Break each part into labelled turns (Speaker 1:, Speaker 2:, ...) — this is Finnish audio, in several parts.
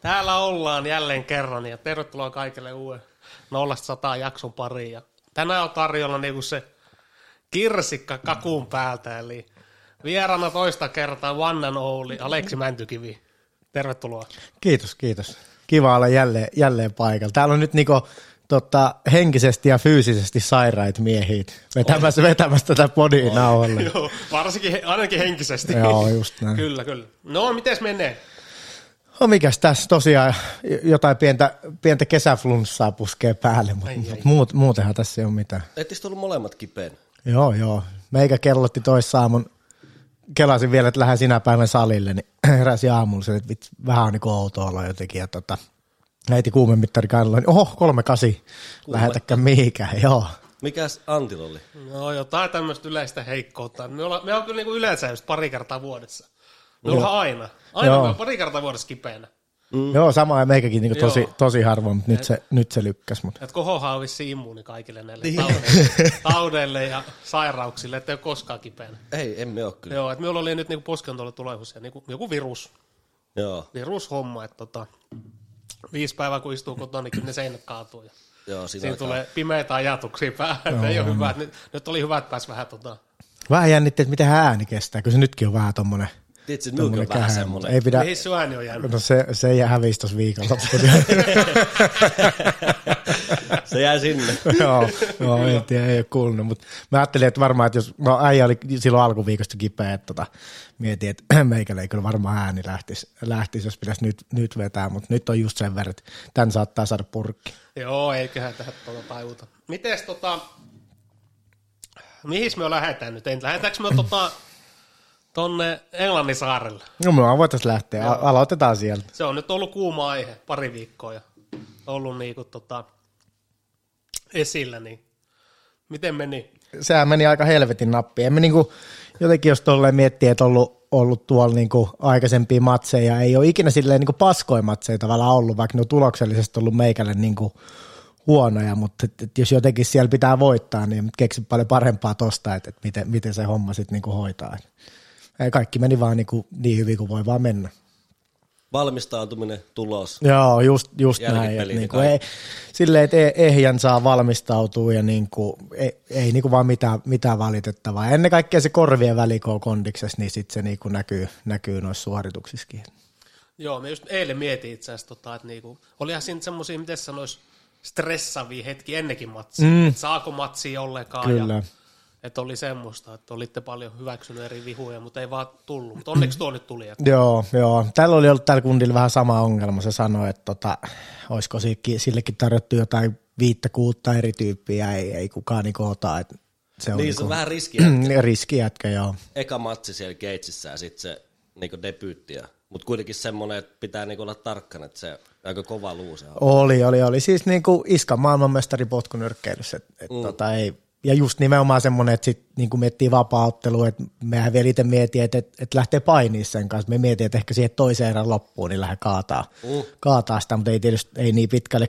Speaker 1: Täällä ollaan jälleen kerran ja tervetuloa kaikille uuden 0-100 jakson pariin. Ja tänään on tarjolla niinku se kirsikka kakun päältä, eli vieraana toista kertaa one and only Aleksi Mäntykivi. Tervetuloa.
Speaker 2: Kiitos. Kiva olla jälleen paikalla. Täällä on nyt niinku henkisesti ja fyysisesti sairaita miehiä vetämässä tätä podia nauhalle.
Speaker 1: Joo, varsinkin ainakin henkisesti.
Speaker 2: Joo, just näin.
Speaker 1: Kyllä. No, mites menee?
Speaker 2: No mikäs tässä tosiaan jotain pientä kesäflunssaa puskee päälle, mutta muutenhan tässä ei ole mitään.
Speaker 3: Ettekö tullut molemmat kipeänä?
Speaker 2: Joo. Meikä kellotti toissaamun. Kelasin vielä, että lähden sinä päivän salille, niin heräsin aamulla, että vähän on niin outoa olla jotenkin. Ja äiti kuumemittari kannalla, niin 3,8, lähetäkään mihinkään, joo.
Speaker 3: Mikäs Antilla oli?
Speaker 1: No jotain tämmöistä yleistä heikkoutta. Me on kyllä niinku yleensä just pari kertaa vuodessa. Me ollaan aina me on pari kertaa vuodessa kipeänä.
Speaker 2: Joo, sama ja meikäkin niin tosi harvoin, mutta nyt se lykkäs.
Speaker 1: Et kohohan on vissiin immuuni kaikille näille taudeille ja sairauksille, ettei ole koskaan kipeänä.
Speaker 3: Ei, emme ole kyllä.
Speaker 1: Joo, että minulla oli nyt niinku poskentolle tulevuus ja niinku joku virus.
Speaker 3: Joo.
Speaker 1: Virushomma, että 5 päivää kun istuu kotona, niin kyllä ne seinät kaatuu.
Speaker 3: Joo,
Speaker 1: siinä tulee pimeitä ajatuksia päähän, ei ole hyvä. Nyt oli hyvä, että pääsi vähän
Speaker 2: Vähän jännitti, että miten ääni kestää, kun se nytkin on vähän tommonen.
Speaker 3: Tiedätkö, että minunkin on vähän semmoinen.
Speaker 2: Ei pidä.
Speaker 1: Mihin sun ääni on jäänyt?
Speaker 2: No se ei hävisi tuossa viikonloppuna.
Speaker 3: Se jää sinne.
Speaker 2: Joo, en tiedä, ei ole kuulunut. Mutta mä ajattelin, että varmaan, että jos äijä oli silloin alkuviikosta kipeä, että mietin, että meikällä ei kyllä varmaan ääni lähtisi jos pitäisi nyt vetää, mutta nyt on just sen verran, että tän saattaa saada purkki.
Speaker 1: Joo, eiköhän tähän tajuta. Mites mihin me lähdetään nyt? Lähdetäänkö me tonne Englannin saarelle?
Speaker 2: No me voitaisiin lähteä, aloitetaan sieltä.
Speaker 1: Se on nyt ollut kuuma aihe pari viikkoa ja ollut niinku esillä, niin miten meni?
Speaker 2: Sehän meni aika helvetin nappiin. Emme niinku, jotenkin jos tolleen miettii, että ollut tuolla niinku aikaisempia matseja, ei ole ikinä silleen niinku paskoja matseja tavallaan ollut, vaikka ne on tuloksellisesti ollut meikälle niinku huonoja, mutta et jos jotenkin siellä pitää voittaa, niin keksin paljon parempaa tosta, että miten se homma sitten niinku hoitaa. Kaikki meni vaan niin hyvin kuin voi vaan mennä.
Speaker 3: Valmistautuminen, tulos.
Speaker 2: Joo, just näin. Niinku silleen, että ehjän saa valmistautua ja niinku, ei niinku vaan mitään valitettavaa. Ennen kaikkea se korvien välikoo kondiksessa, niin sitten se niinku näkyy noissa suorituksissakin.
Speaker 1: Joo, me just eilen mietin itse asiassa, että niinku, olihan siinä semmoisia, miten sanoisi, stressaavia hetki ennenkin matsia. Että saako matsia ollenkaan.
Speaker 2: Kyllä.
Speaker 1: Että oli semmoista, että olitte paljon hyväksynyt eri vihuja, mutta ei vaan tullut. Mutta onneksi tuo nyt tuli. Että
Speaker 2: Joo. Tällä oli ollut tällä kundilla vähän sama ongelma. Se sanoi, että olisiko sillekin tarjottu jotain 5-6 eri tyyppiä, ei kukaan niin ota. Että
Speaker 3: se on vähän riskijätkä.
Speaker 2: Riskijätkä, joo.
Speaker 3: Eka matsi siellä Gatesissä ja sitten se niin debyytti. Mutta kuitenkin semmoinen, että pitää niin olla tarkkana, että se aika kova luu se on.
Speaker 2: Oli. Siis niin kuin Iskan maailmanmestari potkunyrkkeilyssä. Ei. Ja just nimenomaan semmoinen, että sitten niin miettii vapaa-ottelua, että mehän vielä itse mietin, että lähtee painiin sen kanssa. Me mietin, että ehkä siihen toiseen erään loppuun, niin lähde kaataa sitä, mutta ei tietysti ei niin pitkälle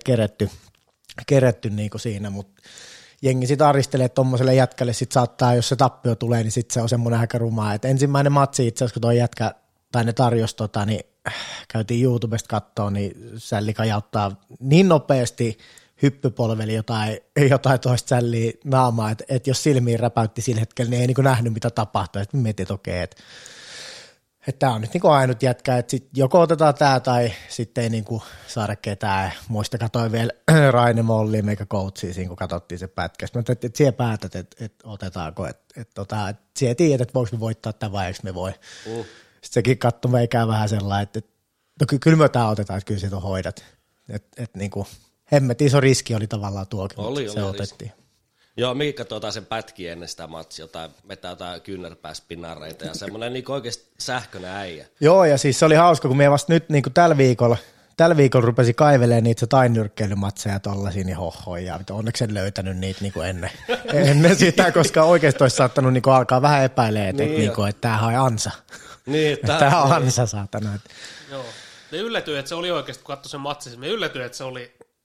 Speaker 2: keretty niin kuin siinä. Mutta jengi sitten aristelee, että tuommoiselle jätkälle sitten saattaa, jos se tappio tulee, niin sitten se on semmoinen aika rumaa. Että ensimmäinen matsi itse asiassa, kun tuo jätkä, tai ne tarjosi niin käytiin YouTubesta katsoa, niin sälli kajauttaa niin nopeasti hyppypolveli jotain toista sälliä naamaa, että jos silmiin räpäytti sillä hetkellä, niin ei niin nähnyt mitä tapahtui. Että mietin, että okei, että tämä on nyt niin ainut jätkä, että sit joko otetaan tämä tai sitten ei niin saada ketään. Muista katsoin vielä Raine Mollia meikä coachia siinä, kun katsottiin se pätkä. Mutta että siellä päätät, että otetaanko, että siellä tiedät, että voiko me voittaa tämän vai eikö me voi. Sitten sekin katsoi meikään vähän sellainen, että no kyllä me tämä otetaan, että kyllä se hoidat. Että niin kuin hemmetin iso riski oli tavallaan tuokin, mutta se otettiin.
Speaker 3: Joo, mihin katsotaan sen pätkiä ennen sitä matsia, vetää jotain kyynärpääspinareita ja semmoinen niin oikeasti sähköinen äijä.
Speaker 2: Joo, ja siis se oli hauska, kun me vasta nyt niin tällä viikolla rupesi kaivelemaan niitä tainyrkkeilymatseja tollaisia, niin hohoja. Onneksi en löytänyt niitä niin ennen sitä, koska oikeasti olisi saattanut niin alkaa vähän epäilemään, että tämähän on ansa.
Speaker 3: Niin,
Speaker 2: tämä on ansa, saatana.
Speaker 1: Joo. Me yllätyin, että se oli oikeasti, kun katsoi sen matsin, me yllätyin, että se oli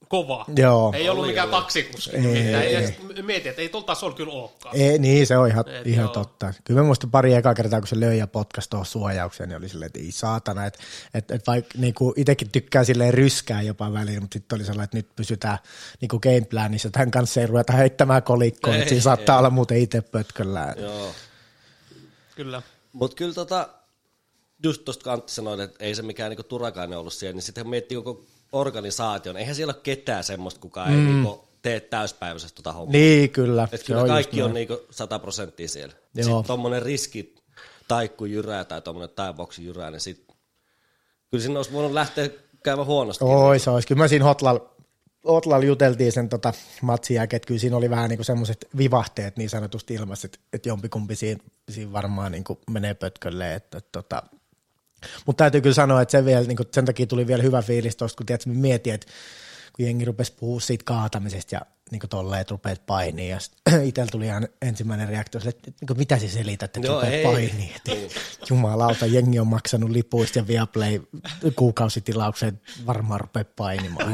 Speaker 1: kova.
Speaker 2: Joo.
Speaker 1: Ei ollut mikään taksikuski. Mietin, että ei tuolla tasolla kyllä olekaan.
Speaker 2: Ei, niin, se on ihan totta. Kyllä mä muistan pari ekaa kertaa, kun se löi ja potkasi tuohon suojaukseen, niin oli silleen, että ei saatana. Että vaikka niinku itsekin tykkää silleen ryskää jopa väliin, mutta sitten oli sellainen, että nyt pysytään niinku gameplanissa. Tämän kanssa ei ruveta heittämään kolikkoon, että siinä saattaa olla muuten itse pötköllään.
Speaker 3: Joo.
Speaker 1: Kyllä.
Speaker 3: Mutta kyllä just tuosta kun Antti sanoi, että ei se mikään niinku turakainen ollut siellä, niin sitten miettii koko organisaation. Eihän siellä ole ketään semmoista, kuka ei niinku tee täyspäiväisesti tuota hommaa.
Speaker 2: Niin, kyllä.
Speaker 3: Että kyllä kaikki on niinku 100% siellä. Joo. Sitten tommonen riski taikku jyrää tai tommonen taiboksi jyrää, niin sit kyllä sinne olisi voinut lähteä käymään huonosti.
Speaker 2: Ois. Kyllä mä siinä Hotlalla juteltiin sen matsin jälkeen, että kyllä siinä oli vähän niinku semmoiset vivahteet niin sanotusti ilmassa, että jompikumpi siinä varmaan niinku menee pötkölleen. Mutta täytyy kyllä sanoa, että sen takia tuli vielä hyvä fiilis tuosta, kun tiedätkö, mietin, että kun jengi rupesi puhua siitä kaatamisesta ja niin tolleen, että rupeat painiin. Ja itsellä tuli ihan ensimmäinen reaktio, että mitä se selität, että rupeat painiin. Jumalauta, jengi on maksanut lipuista ja Viaplay kuukausitilaukseen, varmaan rupeat painimaan.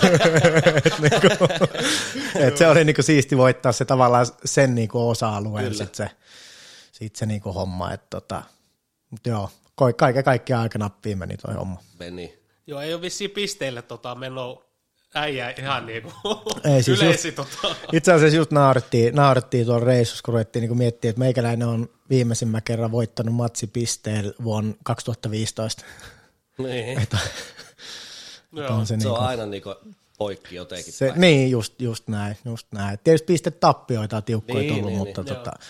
Speaker 2: Et se oli niinku siisti voittaa se tavallaan sen niinku osa-alueen sit se niinku homma. Mutta joo, kaiken kaikkiaan aika nappiin meni toi homma.
Speaker 3: Meni.
Speaker 1: Joo, ei ole vissiin pisteille menoa äijää ihan niinku
Speaker 2: siis
Speaker 1: yleisi
Speaker 2: Itse asiassa just naurettiin tuolla reissussa, kun ruvettiin niinku miettiä, että meikäläinen on viimeisimmän kerran voittanut matsipisteellä vuonna 2015.
Speaker 3: Niin. Se on aina niinku poikki jotenkin.
Speaker 2: Niin, just näin. Tietysti pistetappioita on tiukkoja tullut, mutta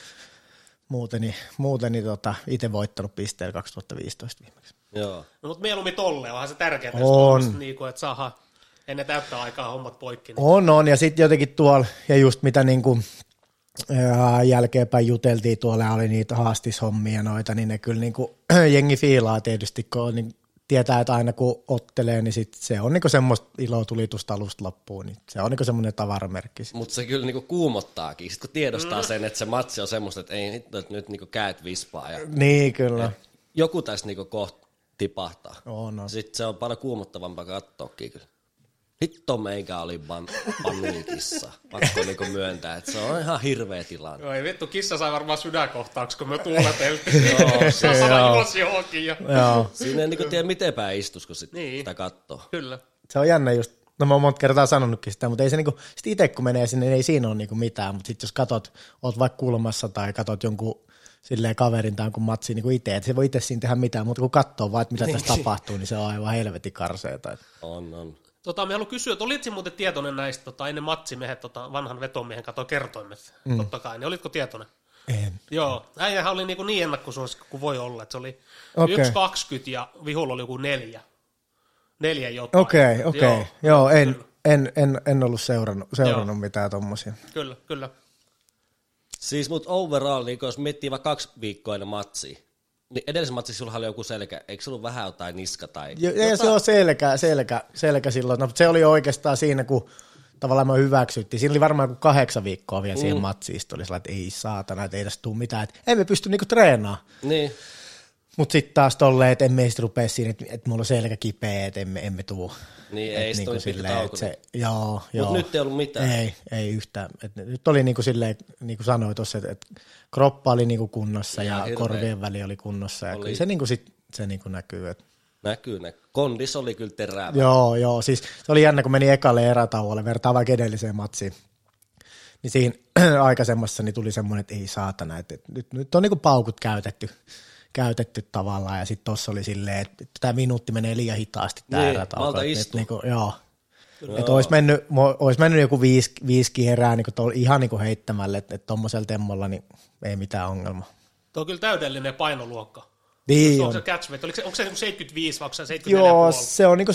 Speaker 2: muuten itse voittanut pisteellä 2015 viimeksi.
Speaker 3: Joo.
Speaker 1: No, mutta mieluummin tolleen, onhan se tärkeää, että saadaan ennen täyttää aikaa hommat poikki. Niin.
Speaker 2: On, ja sitten jotenkin tuolla, ja just mitä niinku, jälkeenpäin juteltiin tuolla, oli niitä haastishommia noita, niin ne kyllä niinku, jengi fiilaa tietysti, kun niin tietää, että aina kun ottelee, niin sit se on niinku semmoista ilotulitusta alusta loppuun, niin se on niinku semmoinen tavaramerkki.
Speaker 3: Mutta se kyllä niinku kuumottaakin, sit kun tiedostaa sen, että se matsi on semmoista, että ei nyt niinku käät vispaa. Ja
Speaker 2: niin, kyllä.
Speaker 3: Joku tässä niinku kohta tipahtaa.
Speaker 2: No.
Speaker 3: Sitten se on paljon kuumottavampaa katsoakin kyllä. Hitto meikä oli paniikissa. Pakko niinku myöntää, että se on ihan hirveä tilanne.
Speaker 1: Joo, ei vittu, kissa sai varmaan sydänkohtaaksi, kun me tuuleteltiin. Joo, se on juosi johonkin.
Speaker 2: Siinä
Speaker 3: ei niinku tiedä miten päin istus, kun sitä katsoo.
Speaker 1: Kyllä.
Speaker 2: Se on jännä just, no mä oon monta kertaa sanonutkin sitä, mutta ei se niinku, sit itse kun menee sinne, niin ei siinä ole niinku mitään, mutta sit jos katot, oot vaikka kulmassa tai katot jonkun silleen kaverin tai jonkun matsi niin kuin itse, että se voi itse siinä tehdä mitään, mutta kun katsoo vaan, että mitä tässä tapahtuu, niin se on aivan helvetin karseeta.
Speaker 3: On.
Speaker 1: Me haluan kysyä, että olitko muuten tietoinen näistä ennen matsimiehet, vanhan vetomiehen kertoimet, totta kai, niin olitko tietoinen?
Speaker 2: En.
Speaker 1: Joo, äijähän oli niin ennakkosuosikko kuin voi olla, että se oli 1,20 ja vihulla oli joku 4 jotain.
Speaker 2: Okei. Joo, en ollut seurannut mitään tommosia.
Speaker 1: Kyllä.
Speaker 3: Siis mut overall, niin jos miettii vaikka 2 viikkoa ennen matsia, niin edellisen matsissa sulla oli joku selkä, eikö se ollut vähän jotain niska tai...
Speaker 2: Se on selkä silloin, no, se oli oikeastaan siinä, kun tavallaan me hyväksyttiin. Siinä oli varmaan joku 8 viikkoa vielä siihen matsiin, oli sellainen, että ei saatana, että ei tässä tule mitään, että emme pysty niinku treenaamaan.
Speaker 3: Niin.
Speaker 2: Mutta sitten taas tolleen, että emme sitten rupea siinä, että mulla on selkä kipeä, että emme tuu.
Speaker 3: Niin, ei sitä
Speaker 2: niinku
Speaker 3: ole tauko.
Speaker 2: Joo.
Speaker 3: Mutta nyt ei ollut mitään.
Speaker 2: Ei yhtään. Nyt oli niinku silleen, niin kuin sanoin tuossa, että kroppa oli niinku kunnossa ja korvien väli oli kunnossa. Ja kyllä se, niinku se niinku näkyy.
Speaker 3: Näkyy. Kondis oli kyllä teräävä.
Speaker 2: Joo. Siis se oli jännä, kun meni ekalle erätauolle, vertaa vaikka edelliseen matsiin. Niin siinä aikaisemmassa niin tuli semmoinen, että ei saatana, että nyt on niinku paukut käytetty tavallaan, ja sitten tuossa oli silleen, että tämä minuutti menee liian hitaasti tämä erätauko. Niinku, joo. Että olisi mennyt joku 5 kierää niin ihan niin heittämälle, että tuommoisella temmolla niin ei mitään ongelmaa.
Speaker 1: Tuo on kyllä täydellinen painoluokka.
Speaker 2: Niin
Speaker 1: onko se catchweight? Onko se 75 vai onko se 74,5?
Speaker 2: Joo, se on niinku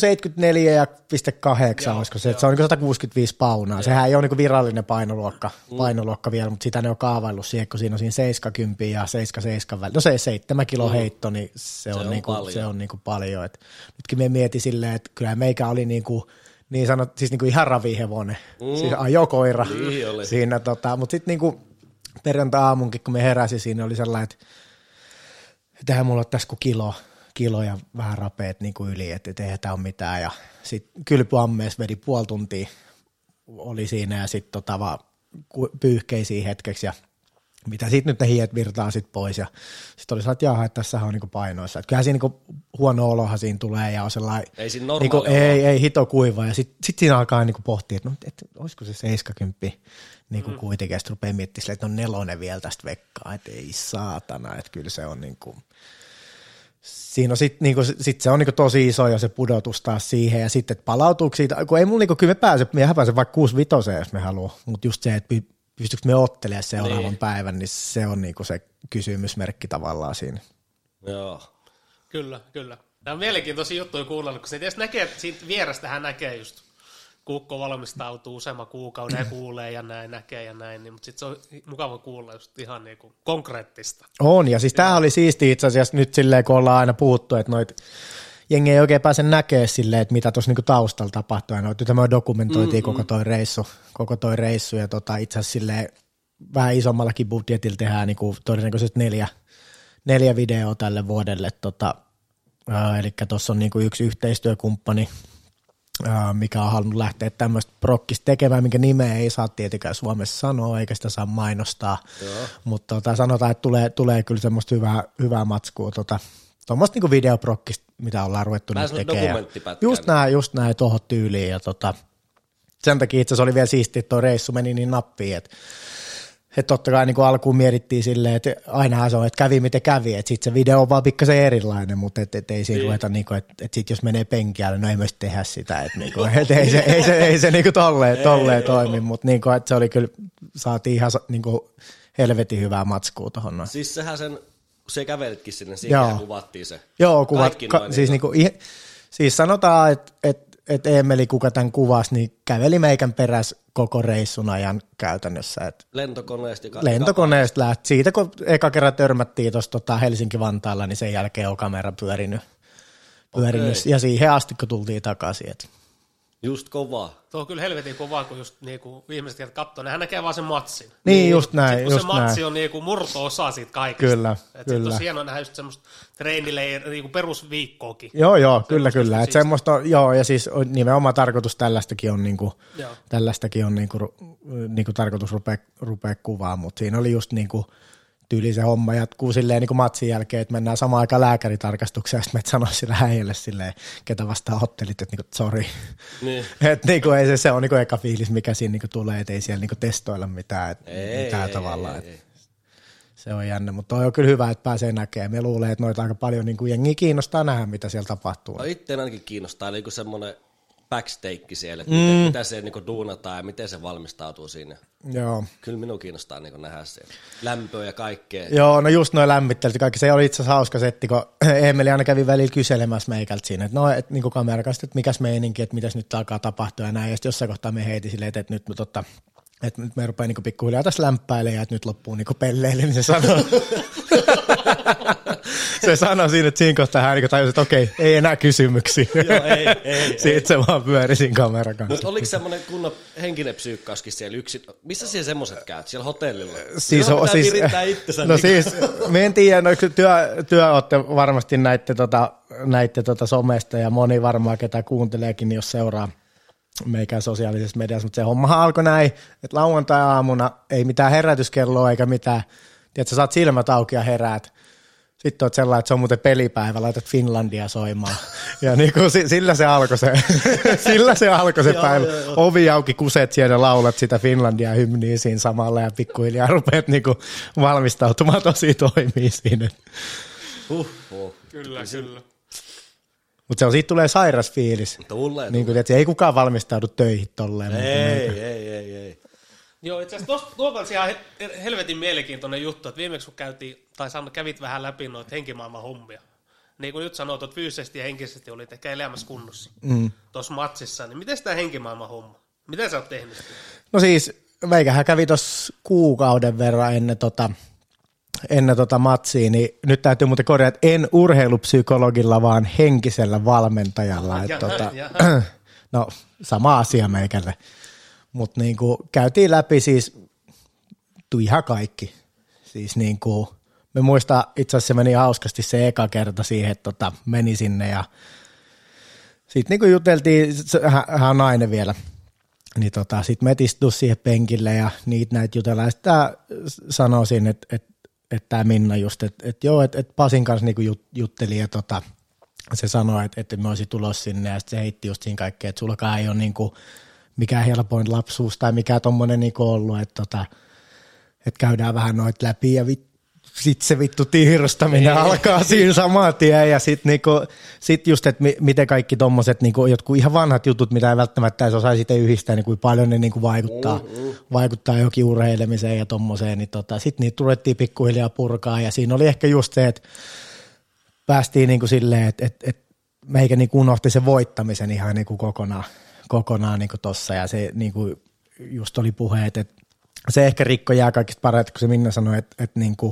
Speaker 2: 74,8, olisiko se, että se on niinku 165 paunaa. Joo. Sehän ei ole niinku virallinen painoluokka vielä, mutta sitä ne on kaavaillut siihen, kun siinä on siinä 70 ja 77 välillä. No se 7 kilo heitto, niin se on niinku paljon. Et nytkin me mietin silleen, että kyllä meikä oli niinku, niin sanot, siis niinku ihan ravihevonen, siis ajokoira siinä, mutta sitten niinku perjantai-aamunkin, kun me heräsi siinä, oli sellainen, että eihän mulla ole tässä kuin kiloja vähän rapeet niin kuin yli, että eihän tämä ole mitään. Ja sitten kylpyammeessa vedi puoli tuntia, oli siinä ja sitten vaan pyyhkeisiin hetkeksi ja mitä sitten nyt ne hiet virtaa sitten pois ja sitten oli sellainen, että jaha, että tässähän on niinku painoissa. Että kyllähän siinä niinku huono oloha siinä tulee ja on sellainen,
Speaker 3: ei siinä normaali
Speaker 2: niinku, ei hito kuiva ja sitten siinä alkaa niinku pohtia, että no, olisiko se 70 niinku kuitenkin ja sitten rupeaa miettimään, että on 4 vielä tästä vekkaa, että ei saatana, että kyllä se on niinku, siinä on sit se on niinku tosi iso ja se pudotus taas siihen ja sitten, että palautuuko siitä, kun ei mulla niinku, kyllä mehän pääsee vaikka 6-5, jos me haluaa, mutta just se, että pystyykö me ottelemaan seuraavan päivän, niin se on niinku se kysymysmerkki tavallaan siinä.
Speaker 3: Joo.
Speaker 1: Kyllä. Tämä on mielenkiintoisia juttuja kuunnella, kun se tietysti näkee, että siitä vierestähän näkee just, kukko valmistautuu useamman kuukauden ja kuulee ja näin, näkee ja näin, niin, mutta sitten se on mukava kuulla just ihan niinku konkreettista.
Speaker 2: On, ja siis tämähän oli siistiä itse asiassa nyt silleen, kun ollaan aina puhuttu, että noit jengi ei oikein pääse näkemään silleen, että mitä tuossa niinku taustalla tapahtuu, ja noita me dokumentoitiin koko toi reissu, ja itse asiassa silleen vähän isommallakin budjetilla tehdään niinku todennäköisesti 4 videoa tälle vuodelle, eli tuossa on niinku yksi yhteistyökumppani, mikä on halunnut lähteä tämmöistä prokkista tekemään, minkä nimeä ei saa tietenkään Suomessa sanoa, eikä sitä saa mainostaa, mutta sanotaan, että tulee kyllä semmoista hyvää matskua, tuommoista niinku videoprokkista, mitä ollaan ruvettu nyt tekemään. Just näin tuohon tyyliin, ja sen takia itse asiassa oli vielä siistiä, että tuo reissu meni niin nappiin, että totta kai niin alkuun mietittiin silleen, että ainahan se on, että kävi miten kävi, että sitten se video on vaan pikkasen erilainen, mutta ei siinä ruveta, niin kuin, että sitten jos menee penkiälle, no ei myös tehdä sitä, että, niin kuin, että ei se niin kuin tolleen toimi, mutta niin kuin, että se oli kyllä, saatiin ihan niin kuin helvetin hyvää matskua tuohon noin.
Speaker 3: Siis sehän sen, se kävelitkin sinne, siinä kuvattiin se.
Speaker 2: Joo, siis sanotaan, että Eemeli, kuka tämän kuvasi, niin käveli meikän perässä koko reissun ajan käytännössä. Lentokoneesta lähti. Siitä kun eka kerran törmättiin tuossa Helsinki-Vantaalla, niin sen jälkeen on kamera pyörinyt. Ja siihen asti, kun tultiin takaisin. Et.
Speaker 3: Just kovaa.
Speaker 1: Tuo on kyllä helvetin kovaa, kun just niinku viimeiset kertaa katsoo, nehän näkee vaan sen matsin.
Speaker 2: Niin, just näin.
Speaker 1: Sitten kun se matsi on niinku murto-osa siitä kaikesta.
Speaker 2: Kyllä.
Speaker 1: Sitten on hienoa nähdä just semmoista treenille niinku perusviikkoakin.
Speaker 2: Joo, kyllä. Että semmoista, ja siis nimenomaan tarkoitus tällaistakin on niinku tarkoitus rupea kuvaamaan, mutta siinä oli just niinku tyyli se homma jatkuu silleen niin kuin matsin jälkeen, että mennään samaan aikaan lääkäritarkastukseen, ja sitten me sanoisi sille äijälle silleen, ketä vastaan ottelit, että niinku, sorry. Niin. Että niinku, ei se on niinku eka fiilis, mikä siinä niinku tulee, että ei siellä niinku testoilla mitään tavallaan. Se on jännä, mutta on kyllä hyvä, että pääsee näkemään. Me luulee, että noita aika paljon niinku jengiä kiinnostaa nähdä, mitä siellä tapahtuu.
Speaker 3: No itse ainakin kiinnostaa, eli semmoinen backstage siellä, että mitä se niinku duunataan ja miten se valmistautuu siinä.
Speaker 2: Joo.
Speaker 3: Kyllä minua kiinnostaa niinku nähdä se lämpöä ja kaikkea.
Speaker 2: Joo, no just noin lämmittelyt ja kaikki. Se oli itse asiassa hauska setti, kun Eemeli aina kävi välillä kyselemässä meikältä siinä, että no, että niinku kameran kanssa, että mikäs meininki, että mitäs nyt alkaa tapahtua ja näin. Ja sitten jossain kohtaa me heitin silleen, että nyt me rupeaa niinku pikkuhiljaa tässä lämpäilemään ja että nyt loppuu niinku pelleille, niin se sanoo. Se sanoi siinä, että siinä kohtaa hän tajusi, että okei, ei enää kysymyksiä.
Speaker 3: Joo, ei.
Speaker 2: Siitä se vaan pyöri siinä kameran kanssa.
Speaker 3: Mutta oliko semmoinen kunnon henkinen psyykkauskin siellä yksin? Missä siellä semmoiset käyt? Siellä hotellilla?
Speaker 2: Siis me en tiedä, no, työ olette varmasti näitte somesta ja moni varmaan, ketä kuunteleekin, niin jos seuraa meikään sosiaalisessa mediassa, mutta se hommahan alkoi näin, että lauantai-aamuna ei mitään herätyskelloa eikä mitään. Tiedätkö, saat silmät auki ja heräät. Sitten olet sellainen, että se on muuten pelipäivä, laitat Finlandia soimaan. Ja niin kuin sillä se alkoi se päivä. Ovi auki, kuset siellä, laulat sitä Finlandia hymniä siinä samalla ja pikkuhiljaa rupeat niin kuin valmistautumaan tosi toimii siinä.
Speaker 1: Kyllä.
Speaker 2: Mutta siitä tulee sairas fiilis.
Speaker 3: Tulee.
Speaker 2: Niin kuin, tiedätkö, ei kukaan valmistaudu töihin tolleen.
Speaker 3: Ei.
Speaker 1: Joo, itse asiassa tuo on ihan helvetin mielenkiintoinen juttu, että viimeksi kun kävit vähän läpi noita henkimaailman hommia, niin kuin nyt sanoit, että fyysisesti ja henkisesti olit ehkä elämässä kunnossa tuossa matsissa, niin miten tämä henkimaailman homma? Miten sä oot tehnyt sitä?
Speaker 2: No siis, meikähän kävi tuossa kuukauden verran ennen matsia, niin nyt täytyy muuten korjata, että en urheilupsykologilla, vaan henkisellä valmentajalla. No, sama asia meikälle. Mutta niinku käytiin läpi siis ihan kaikki. Siis niinku me muistaa, itse asiassa se meni hauskasti se eka kerta siihen, että meni sinne ja sitten niin juteltiin, hän on nainen vielä, niin sitten me istuu siihen penkille ja näitä jutellaan. Ja sitten sanoi siinä, että tämä Minna just, että joo, että Pasin kanssa niin jutteli ja se sanoi, että me olisi tulossa sinne ja sitten se heitti just siinä kaikkea, että sullakaan ei ole niin kuin mikään helpoin lapsuus tai mikään tommoinen niin ollut, että käydään vähän noita läpi ja sitten se vittu tiirustaminen alkaa siinä saman tien ja sit just, että miten kaikki tommoset niinku, jotkut ihan vanhat jutut, mitä ei välttämättä edes osaa sitten yhdistää, niin kuin paljon ne niinku vaikuttaa johonkin urheilemiseen ja tommoseen, niin sitten niitä ruvettiin pikkuhiljaa purkaa ja siinä oli ehkä just se, että päästiin niinku silleen, että meikä niinku unohti sen voittamisen ihan niinku kokonaan niinku tossa ja se niinku just oli puheet, että se ehkä rikko jää kaikista parhaiten, kun se Minna sanoi, että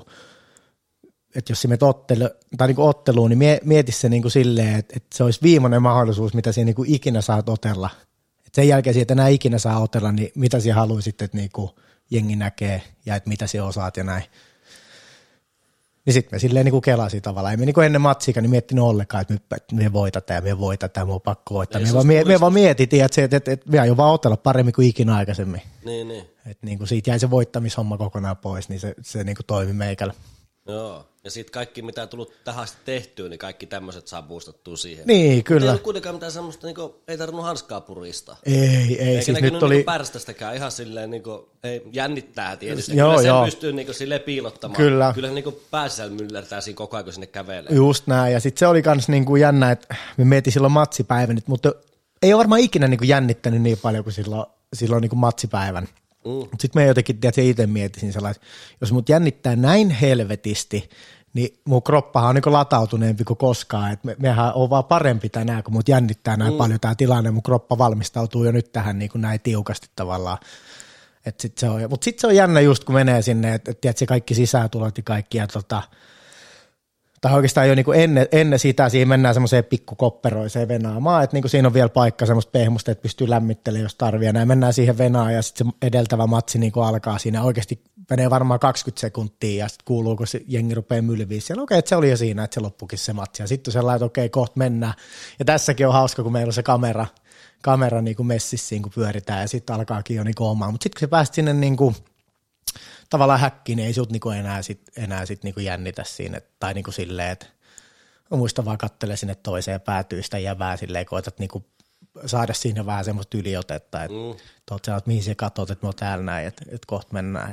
Speaker 2: jos menet otteluun, niin mieti se niin kuin silleen, että se olisi viimeinen mahdollisuus, mitä sinä niin kuin ikinä saat otella. Et sen jälkeen siitä enää ikinä saa otella, niin mitä sinä haluaisit, että niin kuin jengi näkee ja että mitä sinä osaat ja näin. Niin sitten me silleen niin kuin kelasin tavallaan. Ei me niin kuin ennen matsiika niin miettinyt ollenkaan, että me voitataan ja me voitataan, me on pakko voittaa. Me vaan mietittiin, että me aion vaan otella paremmin kuin ikinä aikaisemmin.
Speaker 3: Niin.
Speaker 2: Että niin kuin siitä jäi se voittamishomma kokonaan pois, niin se niin kuin toimi meikällä.
Speaker 3: Joo, ja sitten kaikki, mitä on tullut tähän asti tehtyä, niin kaikki tämmöiset saa boostattua siihen.
Speaker 2: Niin, kyllä.
Speaker 3: Ei ollut kuitenkaan mitään semmoista, niin kuin, ei tarvinnut hanskaa purista.
Speaker 2: Ei.
Speaker 3: Eikä
Speaker 2: siis
Speaker 3: näkynyt
Speaker 2: nyt oli
Speaker 3: niin pärstästäkään, ihan silleen, niin kuin, ei, jännittää tietysti.
Speaker 2: Joo,
Speaker 3: kyllä
Speaker 2: joo.
Speaker 3: sen pystyy niin kuin, silleen piilottamaan.
Speaker 2: Kyllä.
Speaker 3: Kyllä niin pääsisällä myllertää siinä koko ajan, kun sinne kävelee.
Speaker 2: Just näin, ja sitten se oli kans niin kuin jännä, että me mietin silloin matsipäivän, mutta ei ole varmaan ikinä niin kuin jännittänyt niin paljon kuin silloin niin kuin matsipäivän. Sitten me jotenkin itse mietisin sellainen, että jos mut jännittää näin helvetisti, niin mun kroppahan on niin latautuneempi kuin koskaan. Et mehän on vaan parempi tänään, kun mut jännittää näin paljon tämä tilanne. Mun kroppa valmistautuu jo nyt tähän niin kuin näin tiukasti tavallaan. Mutta sitten se on jännä just, kun menee sinne, että tiedätkö, kaikki sisääntulot ja kaikki. Ja tai oikeastaan jo niin ennen sitä siihen mennään semmoiseen pikkukopperoiseen venaamaan, että niin siinä on vielä paikka semmoista pehmusta, että pystyy lämmittelemään, jos tarvii. Ja näin mennään siihen venaan ja sitten se edeltävä matsi niin alkaa siinä. Oikeasti menee varmaan 20 sekuntia ja sitten kuuluu, kun se jengi rupeaa mylviä siellä. Okei, että se oli jo siinä, että se loppukin se matsi. Ja sitten sellainen, että okei, kohta mennään. Ja tässäkin on hauska, kun meillä on se kamera niin kuin messissä, kun pyöritään ja sitten alkaakin jo niin omaa. Mutta sitten kun se pääsit sinne niin kuin tavallaan häkkiin, niin ei sut niinku enää sit niinku jännitä siinä, tai niinku silleen, että muista vaan katsele sinne toiseen ja päätyy sitä jävää silleen, koetat niinku saada siinä vähän semmoista yliotetta, että oot mihin sä katsot, että me on täällä näin, että kohta mennään.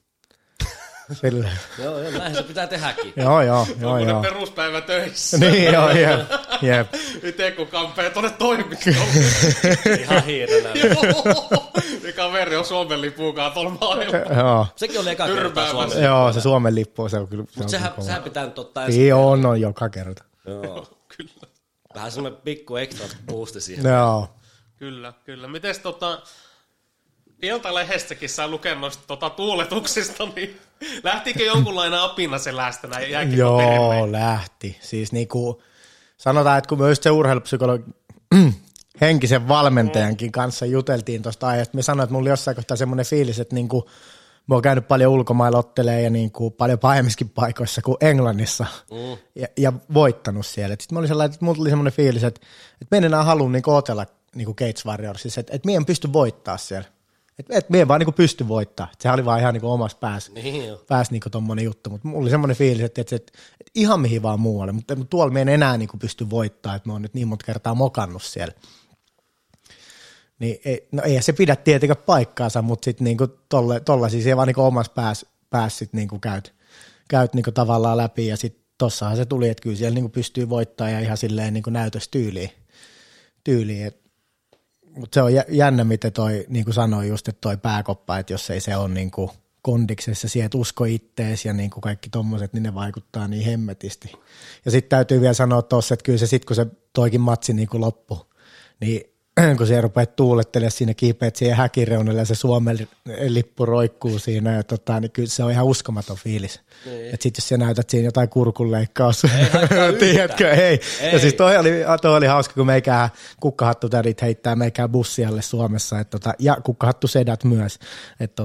Speaker 3: Joo, näin se pitää tehdäkin.
Speaker 2: Joo.
Speaker 1: Onko peruspäivä töissä?
Speaker 2: Niin joo, jep.
Speaker 1: Itse kun kampee tuonne toimistolle.
Speaker 3: Ihan hiirenä.
Speaker 1: Ja kaveri on Suomen lipukaan tuolla maailmalla.
Speaker 2: Joo.
Speaker 3: Sekin oli eka kertaa Suomen.
Speaker 2: Joo, se Suomen lippu, se on kyllä.
Speaker 3: Mutta sehän pitää nyt ottaa
Speaker 2: ensin. Joo, on joka kerta.
Speaker 3: Joo, kyllä. Vähän semmoinen pikku extra boosti siihen.
Speaker 2: Joo.
Speaker 1: Kyllä. Mites Iltalehdestäkin sai lukea noista tuuletuksista, niin lähtikö jonkunlainen apina selästä näin?
Speaker 2: Joo, lähti. Siis niinku, sanotaan, että kun me just se urheilupsykologi henkisen valmentajankin kanssa juteltiin tuosta aiheesta, me sanoin, että mulla oli jossain kohtaa semmoinen fiilis, että niinku, mä oon käynyt paljon ulkomailla ottelemaan ja niinku paljon pahemmissakin paikoissa kuin Englannissa ja voittanut siellä. Sitten mä olin sellainen, että mulla tuli semmoinen fiilis, että mä en enää halua niinku otella niinku Cage Warriorsissa, että mä en pysty voittaa siellä. Että me en vaan niinku pysty voittaa. Sehän oli vaan ihan niinku omassa päässä niinku tommonen juttu, mutta mulla oli semmoinen fiilis, että ihan mihin vaan muualle, mutta tuolla me en enää niinku pysty voittaa, että mä oon nyt niin monta kertaa mokannut siellä. Niin ei se pidä tietenkään paikkaansa, mutta sitten niinku tollaisia siellä vaan niinku omassa päässä sit niinku käyt niinku tavallaan läpi ja sitten tossahan se tuli, että kyllä siellä niinku pystyy voittaa ja ihan silleen niinku näytöstyyliin. Mutta se on jännä, miten toi, niin kuin sanoin just, että toi pääkoppa, että jos ei se ole niin kuin kondiksessa, sieltä usko ittees ja niin kuin kaikki tommoset, niin ne vaikuttaa niin hemmetisti. Ja sitten täytyy vielä sanoa tuossa, että kyllä se sitten, kun se toikin matsi niin kuin loppui, niin kun se rupeat tuulettelemaan siinä, kiipeät siihen häkireunalle ja se Suomen lippu roikkuu siinä, ja niin kyllä se on ihan uskomaton fiilis. Niin. Että sitten jos sä näytät siinä jotain kurkunleikkausta, tiedätkö, ei. Ja siis toi oli hauska, kun meikään kukkahattutärit heittää meikään bussialle Suomessa, ja kukkahattusedät myös, että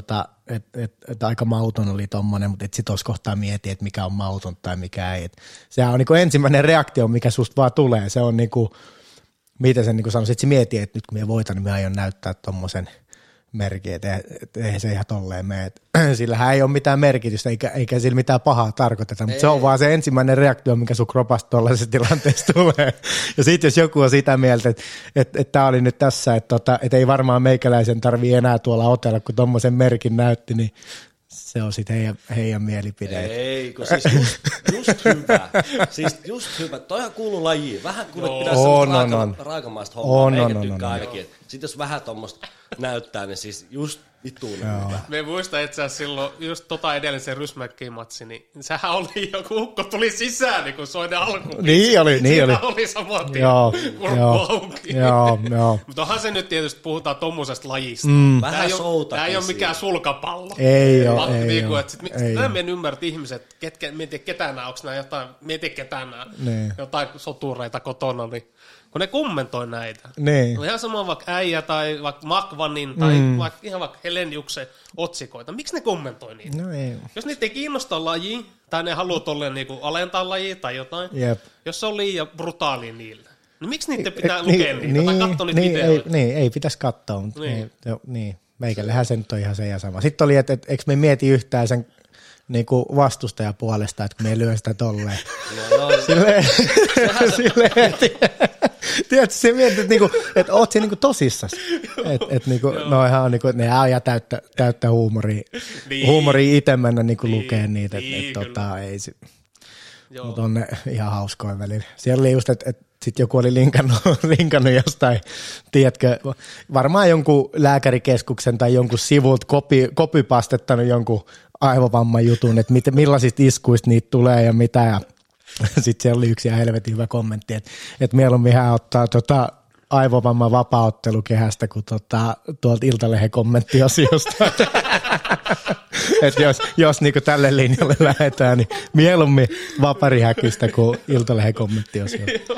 Speaker 2: että aika mauton oli tommonen, mutta sitten tuossa kohtaa mietin, että mikä on mauton tai mikä ei. Sehän on niinku ensimmäinen reaktio, mikä susta vaan tulee. Se on niinku, miten sen niinku sanoisi, että se mietii, että nyt kun minä voitan, niin minä aion näyttää tommosen merkin, että eihän se ihan tolleen mene. Sillähän ei ole mitään merkitystä, eikä sillä mitään pahaa tarkoiteta, mutta se on vaan se ensimmäinen reaktio, mikä sun kropasta tuollaisessa tilanteessa tulee. Ja sitten jos joku on sitä mieltä, että tämä oli nyt tässä, että ei varmaan meikäläisen tarvii enää tuolla otella, kun tommosen merkin näytti, niin se on sitten heidän mielipide.
Speaker 3: Ei, kun siis just hyvä. Siis just hyvä. Toihan kuuluu lajiin. Vähän kun pitäisi raakamaista hommaa, eikä tykkää ainakin. Sitten jos vähän tuommoista näyttää, niin siis just vittuun hyvä.
Speaker 1: Me muistan itse asiassa silloin just edellisen Rysmäkkiin-matsi, niin sehän oli joku ukko tuli sisään, niin kun soi ne alkuun.
Speaker 2: Niin oli.
Speaker 1: Siinä oli saman tien kurkku auki.
Speaker 2: Joo.
Speaker 1: Mutta onhan se nyt tietysti, puhutaan tommosesta lajista.
Speaker 3: Vähän soutakin.
Speaker 1: Tämä ei ole mikään sulkapallo.
Speaker 2: Ei ole.
Speaker 1: Mä en ymmärrä, että ihmiset, mietin ketään nämä, onko nämä jotain, mietin ketään nämä, jotain sotureita kotona, niin kun ne kommentoi näitä.
Speaker 2: Niin.
Speaker 1: No ihan sama vaikka äijä tai vaikka Makvanin tai vaikka Heleniuksen otsikoita. Miksi ne kommentoi niitä?
Speaker 2: No ei.
Speaker 1: Jos niitä ei kiinnosta laji, tai ne haluaa tolleen niinku alentaa lajia tai jotain, jos se on liian brutaali niillä, niin miksi niiden pitää lukea niitä tai katsoa niitä videoita?
Speaker 2: Ei pitäisi katsoa, mutta meikällähän se nyt on ihan se ja sama. Sitten oli, että eikö me mieti yhtään sen niinku vastustajan puolesta, että kun me lyö sitä tolleen. Silleen, tiedätkö, se mietit, että niinku, oot siinä niinku tosissas. Että niinku, noihan on niinku, ne on ja täyttä huumoria. Huumoria itse mennä niinku lukee niitä. Ei se. Mutta on ne ihan hauskoja välillä. Siellä oli just, että sitten joku oli linkannut jostain, tiedätkö, varmaan jonkun lääkärikeskuksen tai jonkun sivulta kopipastettanut jonkun aivovamman jutun, että millaisista iskuista niitä tulee ja mitä. Ja sitten siellä oli yksi ihan helvetin hyvä kommentti, että mieluummin hän ottaa aivovamman vapaaottelukehästä kuin tuolta Iltalehden kommenttiosiosta. Että jos niinku tälle linjalle lähdetään, niin mieluummin vaparihäkistä kuin Iltalehden kommenttiosiosta.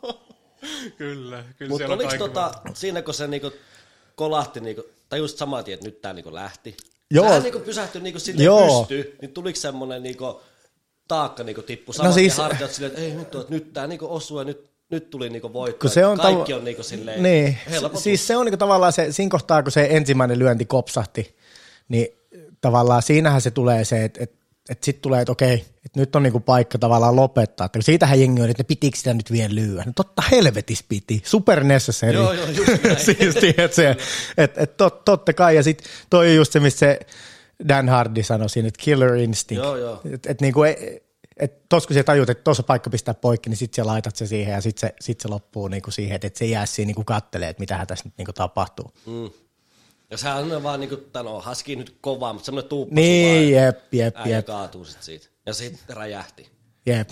Speaker 1: Kyllä.
Speaker 3: Mutta oliko siinä, kun se niinku kolahti, niinku, tai just saman tien, että nyt tämä niinku lähti, sehän niinku pysähtyi niinku silleen pystyyn, niin tuliko semmoinen niinku taakka niinku tippu saman tien hartiat silleen, että ei nyt tämä niinku osuu ja nyt tuli niinku voitto. Kaikki on niinku silleen helpotus.
Speaker 2: Siis se on niinku tavallaan se, siinä kohtaa, kun se ensimmäinen lyönti kopsahti, niin tavallaan siinähän se tulee se, että sitten tulee, että okei, että nyt on niinku paikka tavallaan lopettaa. Että siitähän jengi on, että ne pitikö sitä nyt vielä lyödä. No totta helvetis piti. Super necessary.
Speaker 3: Joo, just näin.
Speaker 2: Siis tiedät että totta kai. Ja sitten toi on just se, missä se Dan Hardy sanoi siinä, että killer instinct.
Speaker 3: Joo.
Speaker 2: Että niinku, tuossa kun sä tajut, että tuossa paikka pistää poikki, niin sitten sä laitat se siihen ja sitten se loppuu niinku siihen, että se jää siinä niinku kattelee, että mitähän tässä nyt niinku tapahtuu.
Speaker 3: Ja sehän on vaan niinku, haski nyt kovaa, mutta semmoinen tuuppa
Speaker 2: niin, jep.
Speaker 3: Äijä kaatuu sit siitä. Ja sitten räjähti.
Speaker 2: Jep.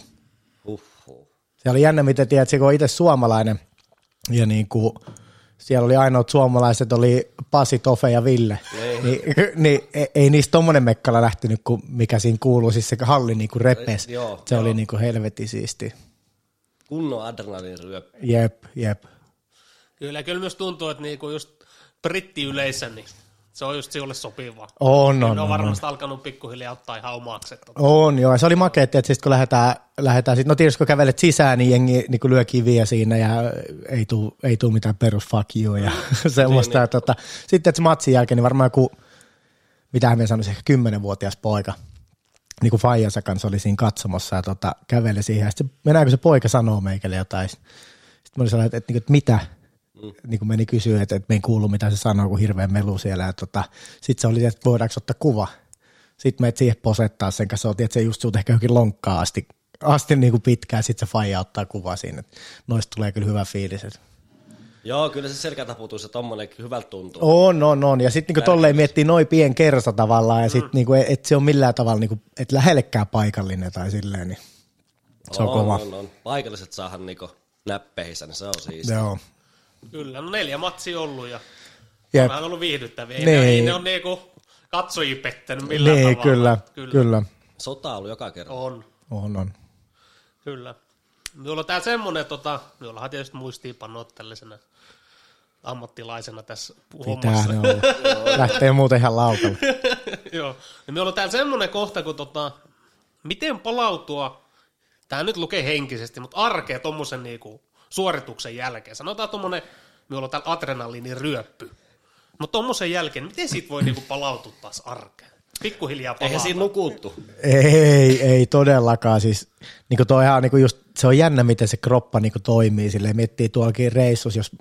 Speaker 2: Se oli jännä, miten tiedät, kun on itse suomalainen ja niinku, siellä oli ainoat suomalaiset, oli Pasi, Tofe ja Ville. Niin ei niistä tommonen mekkala lähtenyt, kuin mikä siinä kuuluu, siis se halli niinku repes. Se oli niinku helvetin siisti.
Speaker 3: Kunnon adrenaliiniryöppy.
Speaker 2: Jep.
Speaker 1: Kyllä myös tuntuu, että niinku just brittiyleisö, niin se on just sinulle sopivaa.
Speaker 2: On.
Speaker 1: Ne on varmasti alkanut pikkuhiljaa ottaa ihan omaksi.
Speaker 2: On, joo. Ja se oli makea, että sit kun lähdetään sit, no tietysti kun kävelet sisään, niin jengi niin lyö kiviä siinä ja ei tuu mitään perus fuck you ja semmoista. Niin. Sitten että se matsin jälkeen, niin varmaan joku, mitähän me sanoisin, ehkä 10-vuotias poika, niin kuin faijansa kanssa oli siinä katsomossa ja käveli siihen. Ja sitten mennäänkö se poika sanoo meikälle jotain. Sitten mä olin sellainen, että mitä? Niin kuin meni kysyä, että me ei kuulu mitä se sanoo, kun hirveän melu siellä. Sitten se oli, että voidaanko ottaa kuva. Sitten menet siihen posettaa sen kanssa, että se just sinut ehkä johonkin lonkkaan asti niin kuin pitkään. Sitten se faija ottaa kuva siinä. Noista tulee kyllä hyvä fiilis.
Speaker 3: Joo, kyllä se selkätaputus ja tommonen hyvältä tuntuu.
Speaker 2: On. Ja sitten niin tolleen miettii noin pien kersa tavallaan. Ja sitten niin että se on millään tavalla, niin kuin, että lähellekään paikallinen tai silleen. Niin se on kova.
Speaker 3: On. Paikalliset saahan niin näppeissä, niin se on siistiä.
Speaker 2: Joo.
Speaker 1: Kyllä, 4 matsia ollut ja on ollut viihdyttäviä.
Speaker 2: Niin.
Speaker 1: Ei ne on niinku katsojia pettänyt millään tavalla.
Speaker 2: Kyllä.
Speaker 3: Sota on ollut joka kerta.
Speaker 2: On.
Speaker 1: Kyllä. Minulla on täällä semmoinen, minullahan tietysti muistiinpanot tällaisena ammattilaisena tässä
Speaker 2: pitää
Speaker 1: hommassa.
Speaker 2: Lähtee muuten ihan laukalle.
Speaker 1: Joo. Ja me ollaan täällä semmoinen kohta, kun miten palautua, tää nyt lukee henkisesti, mutta arkea tommosen niinku suorituksen jälkeen. Sanotaan tommonen, me ollaan täällä adrenaliiniryöppy. Mutta tommosen jälkeen, miten siitä voi niinku palautua taas arkeen? Pikkuhiljaa palautua.
Speaker 3: Eihän siinä nukuttu.
Speaker 2: Ei todellakaan. Siis, niinku toihan, niinku just, se on jännä, miten se kroppa niinku toimii. Silleen miettii tuollakin reissus, jos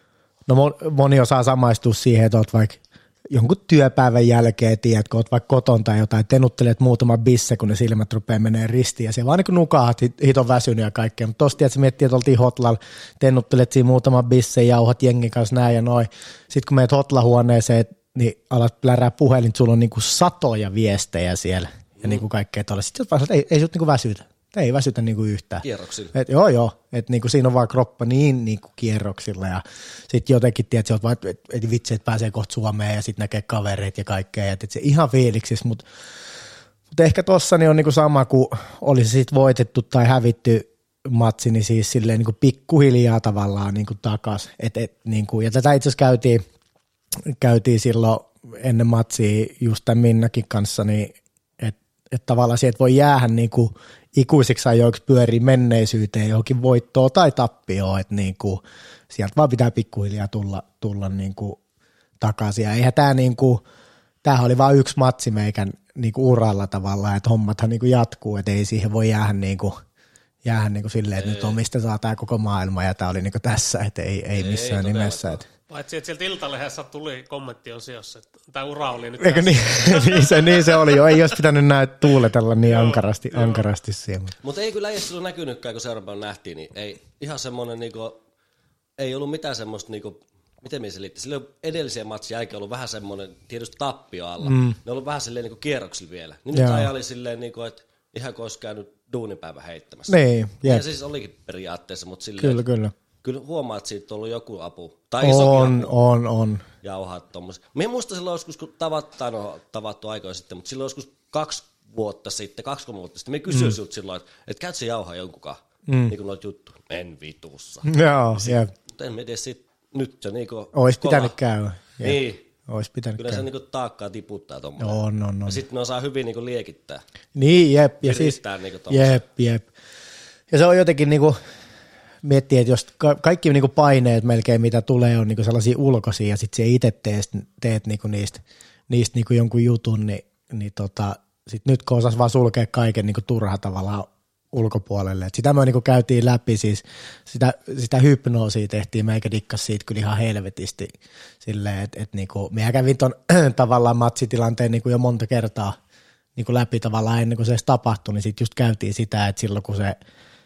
Speaker 2: moni osaa samaistua siihen, että oot vaikka jonkun työpäivän jälkeen, tiedätkö, oot vaikka koton tai jotain, tenuttelet muutaman bisse, kun ne silmät rupeaa menee ristiin, ja se vaan niin nukahat, hiton väsynyt ja kaikkea, mutta tossa tiedät, sä miettii, että oltiin hotlalla, tenuttelet siinä muutaman bisse, jauhat jengin kanssa näin ja noin, sitten kun menet hotlahuoneeseen, niin alat plärää puhelin, sulla on niin kuin satoja viestejä siellä, ja niin kuin kaikkea tuolla, sitten vaan ei sut niin kuin väsytä. Ei väsytä niinku yhtään.
Speaker 3: Kierroksilla.
Speaker 2: Joo. Että niinku siinä on vaan kroppa niin niinku kierroksilla ja sitten jotenkin tiedät, sä oot vaan, että vitsi, että pääsee kohta Suomeen ja sitten näkee kavereita ja kaikkea. Että se ihan fiiliksissä, mutta ehkä tossa niin on niinku sama kuin oli se sitten voitettu tai hävitty matsi, niin siis silleen niinku pikkuhiljaa tavallaan niinku takas. Niinku, ja tätä itse asiassa käytiin silloin ennen matsia just tämän Minnakin kanssa, niin että tavallaan sieltä voi jäädä niinku ikuisiksi ajoiksi pyörii menneisyyteen johonkin voittoon tai tappioon, että niinku, sieltä vaan pitää pikkuhiljaa tulla niinku takaisin. Ja eihän tämähän oli vain yksi matsi meikän niinku uralla tavallaan, että hommathan niinku jatkuu, että ei siihen voi jäädä niinku silleen, että nyt omistetaan tämä koko maailma ja tämä oli niinku tässä, että ei missään nimessä.
Speaker 1: Paitsi, että sieltä Iltalehdessä tuli kommenttiosiossa, että tämä ura oli nyt
Speaker 2: eikö niin se oli jo. Ei olisi pitänyt tuuletella niin ankarasti siihen.
Speaker 3: Mutta ei kyllä silloin näkynytkään, kun seuraavana nähtiin, niin ei ihan semmoinen, niinku, ei ollut mitään semmoista, niinku, miten minä selittin, silloin edellisen matsin jälkeen ollut vähän semmoinen tietysti tappio alla. Ne on ollut vähän silleen niinku kierroksilla vielä. Niin nyt ajan oli silleen, niinku, että ihan kun olisi käynyt duunipäivä heittämässä.
Speaker 2: Niin,
Speaker 3: ja siis olikin periaatteessa, mutta silleen,
Speaker 2: kyllä.
Speaker 3: Kyllä huomaa, että siitä on ollut joku apu. Tai isokin apu.
Speaker 2: On.
Speaker 3: Jauhaa tommosia. Mä en muista silloin joskus, kun tavattu aikoja sitten, mutta silloin joskus 2 vuotta sitten, 2-3 vuotta sitten, me kysyin sinulta silloin, että käytkö sä jauhaa jonkunkaan? Niin kuin noita juttu. En vitussa.
Speaker 2: Joo,
Speaker 3: mutta en tiedä nyt se niinku...
Speaker 2: Ois pitänyt käydä.
Speaker 3: Niin.
Speaker 2: Ois pitänyt
Speaker 3: kyllä
Speaker 2: käydä.
Speaker 3: se niinku taakkaa tiputtaa tommoinen.
Speaker 2: On.
Speaker 3: Ja sitten ne osaa hyvin niinku liekittää.
Speaker 2: Niin, jep. Ja siis,
Speaker 3: niinku
Speaker 2: jep. Ja se on jotenkin niinku... Miettii, että jos kaikki niinku paineet melkein mitä tulee on niinku sellaisia ulkoisia ja sitten itse teet niinku niistä niinku jonkun jutun, niin sit nyt kun osas vaan sulkea kaiken niinku turha tavallaan ulkopuolelle. Et sitä me niinku käytiin läpi, siis sitä hypnoosia tehtiin, meikä dikkas siitä kyllä ihan helvetisti silleen, että niinku, minä kävin ton tavallaan matsitilanteen niinku jo monta kertaa niinku läpi tavallaan ennen kuin se edes tapahtui, niin sitten just käytiin sitä, että silloin kun se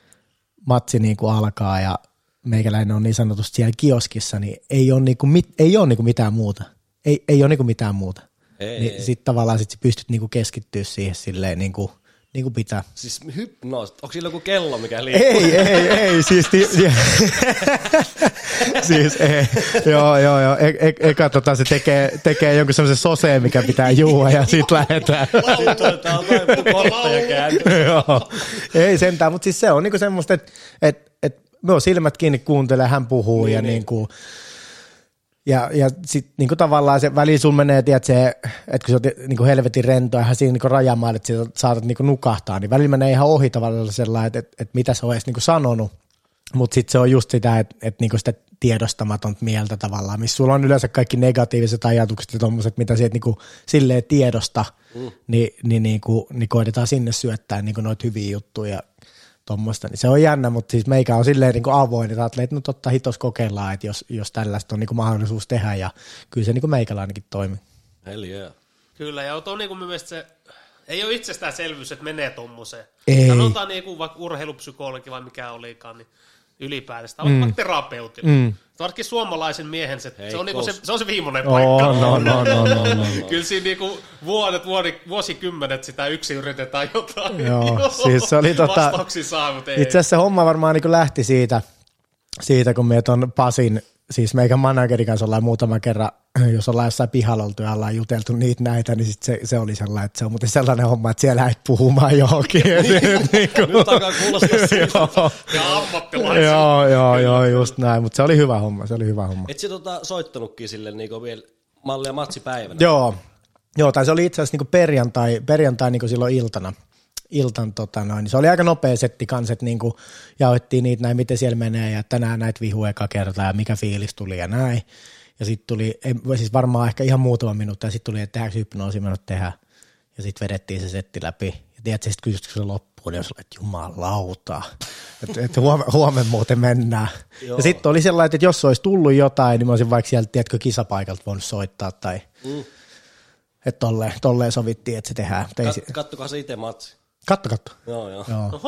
Speaker 2: matsi niinku alkaa ja meikäläinen on niin sanotusti siellä kioskissa, niin ei ole niinku mitään muuta. Ei ole niinku mitään muuta. Niin sitten tavallaan sit pystyt niinku keskittyä siihen silleen niinku pitää.
Speaker 3: Siis hypnoosi, onko sillä joku kello mikä liikkuu?
Speaker 2: Ei, siis siis ei, joo. Eka se tekee jonkun semmoisen soseen, mikä pitää juua ja sit lähdetään.
Speaker 3: Tää on vain korttaja kääntyy.
Speaker 2: Joo, ei sentään, mutta siis se on niinku semmoista, että me on silmät kiinni, kuuntelee, hän puhuu ja niinku... Ja sitten niinku tavallaan se väliin sun menee, tiedät se, että kun sä oot niinku helvetin rentoa ihan siinä niinku rajamailla, että sä saatat niinku nukahtaa, niin välillä menee ihan ohi tavallaan sellainen, että mitä sä oot edes niinku sanonut, mutta sitten se on just sitä, että niinku sitä tiedostamatonta mieltä tavallaan, missä sulla on yleensä kaikki negatiiviset ajatukset ja tommoset, mitä sieltä niinku silleen tiedosta, niin koitetaan sinne syöttää niinku noita hyviä juttuja. Tommoista, niin se on jännä, mutta siis meikä on silleen niin kuin avoin, että ajattelee, että no totta hitos kokeillaan, että jos tällaista on niin kuin mahdollisuus tehdä, ja kyllä se niin kuin meikällä ainakin toimii.
Speaker 3: Hell yeah.
Speaker 1: Kyllä, ja on niin kuin mielestäni se, ei ole itsestäänselvyys, että menee tommoseen.
Speaker 2: Ei.
Speaker 1: Sanotaan niin kuin vaikka urheilupsykologi vai mikä olikaan, niin ylipäätänsä, tai vaikka terapeutilla. Varsinkin suomalaisen miehen, se on, niinku se on se viimeinen paikka.
Speaker 2: No.
Speaker 1: Kyllä siinä niinku vuosikymmenet sitä yksin yritetään jotain.
Speaker 2: Joo, siis se oli
Speaker 1: vastauksia saa, mutta ei.
Speaker 2: Itse asiassa se homma varmaan niinku lähti siitä, kun me ton Pasin, siis meikän managerin kanssa ollaan muutama kerran, jos ollaan jossain pihalla oltu ja ollaan juteltu näitä, niin sit se oli sellainen, että se on muuten sellainen homma, että siellä lähdet puhumaan johonkin.
Speaker 3: Nyt alkaa kuulostaa siitä.
Speaker 1: Ja ammattilaisia.
Speaker 2: Joo, just näin, mutta se oli hyvä homma,
Speaker 3: Et sä soittanutkin sille niinku vielä mallia matsipäivänä?
Speaker 2: Joo, tai se oli itse asiassa niin perjantai niin silloin iltan niin se oli aika nopea setti kans, että niin jaoittiin niitä näin, miten siellä menee ja tänään näitä vihu eka kertaa ja mikä fiilis tuli ja näin. Ja sitten tuli, siis varmaan ehkä ihan muutama minuutti ja sitten tuli, että tehdäänkö hypnoosi, me tehdä. Ja sitten vedettiin se setti läpi. Ja tiedätkö, sitten kysytkö se loppuun, niin oli, että jumalauta, että huomenna muuten mennään. Ja sitten oli sellainen, että jos olisi tullut jotain, niin mä olisin vaikka sieltä, tiedätkö, kisapaikalta voinut soittaa tai että tolleen sovittiin, että se tehdään.
Speaker 3: Kattokaa se itse matsi.
Speaker 2: Katto.
Speaker 3: Joo.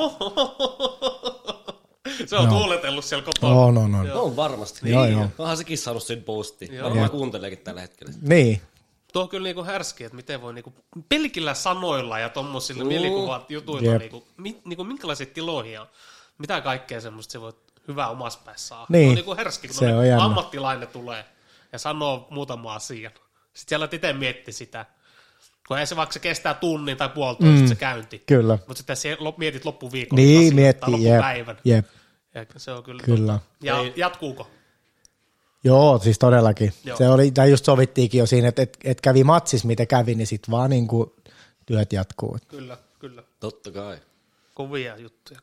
Speaker 1: Se on tuuletellut siellä kotona.
Speaker 2: On
Speaker 3: varmasti.
Speaker 2: Joo.
Speaker 3: Onhan sekin saanut sen postiin. Varmaan kuunteleekin tällä hetkellä.
Speaker 2: Niin.
Speaker 1: Tuo on kyllä niinku härski, että miten voi niinku pelkillä sanoilla ja tommosilla mielikuvat jutuilla niinku minkälaisia tiloihin ja mitä kaikkea semmoista se voi hyvää omassa päässä saada.
Speaker 2: Niin.
Speaker 1: On niinku härski, kun ammattilainen tulee ja sanoo muutama asian. Sitten siellä itse mietti sitä. Kun ei se vaikka se kestää tunnin tai puolitoista se käynti.
Speaker 2: Kyllä.
Speaker 1: Mutta sitten mietit loppuviikon.
Speaker 2: Niin, miettii,
Speaker 1: loppupäivän.
Speaker 2: Jep.
Speaker 1: Ja se on kyllä.
Speaker 2: Kyllä.
Speaker 1: Jatkuuko?
Speaker 2: Joo, siis todellakin. Joo. Se oli, tai just sovittiinkin jo siinä, että kävi matsis, mitä kävi, niin sitten vaan niin kuin työt jatkuu.
Speaker 1: Kyllä.
Speaker 3: Totta kai.
Speaker 1: Kovia juttuja.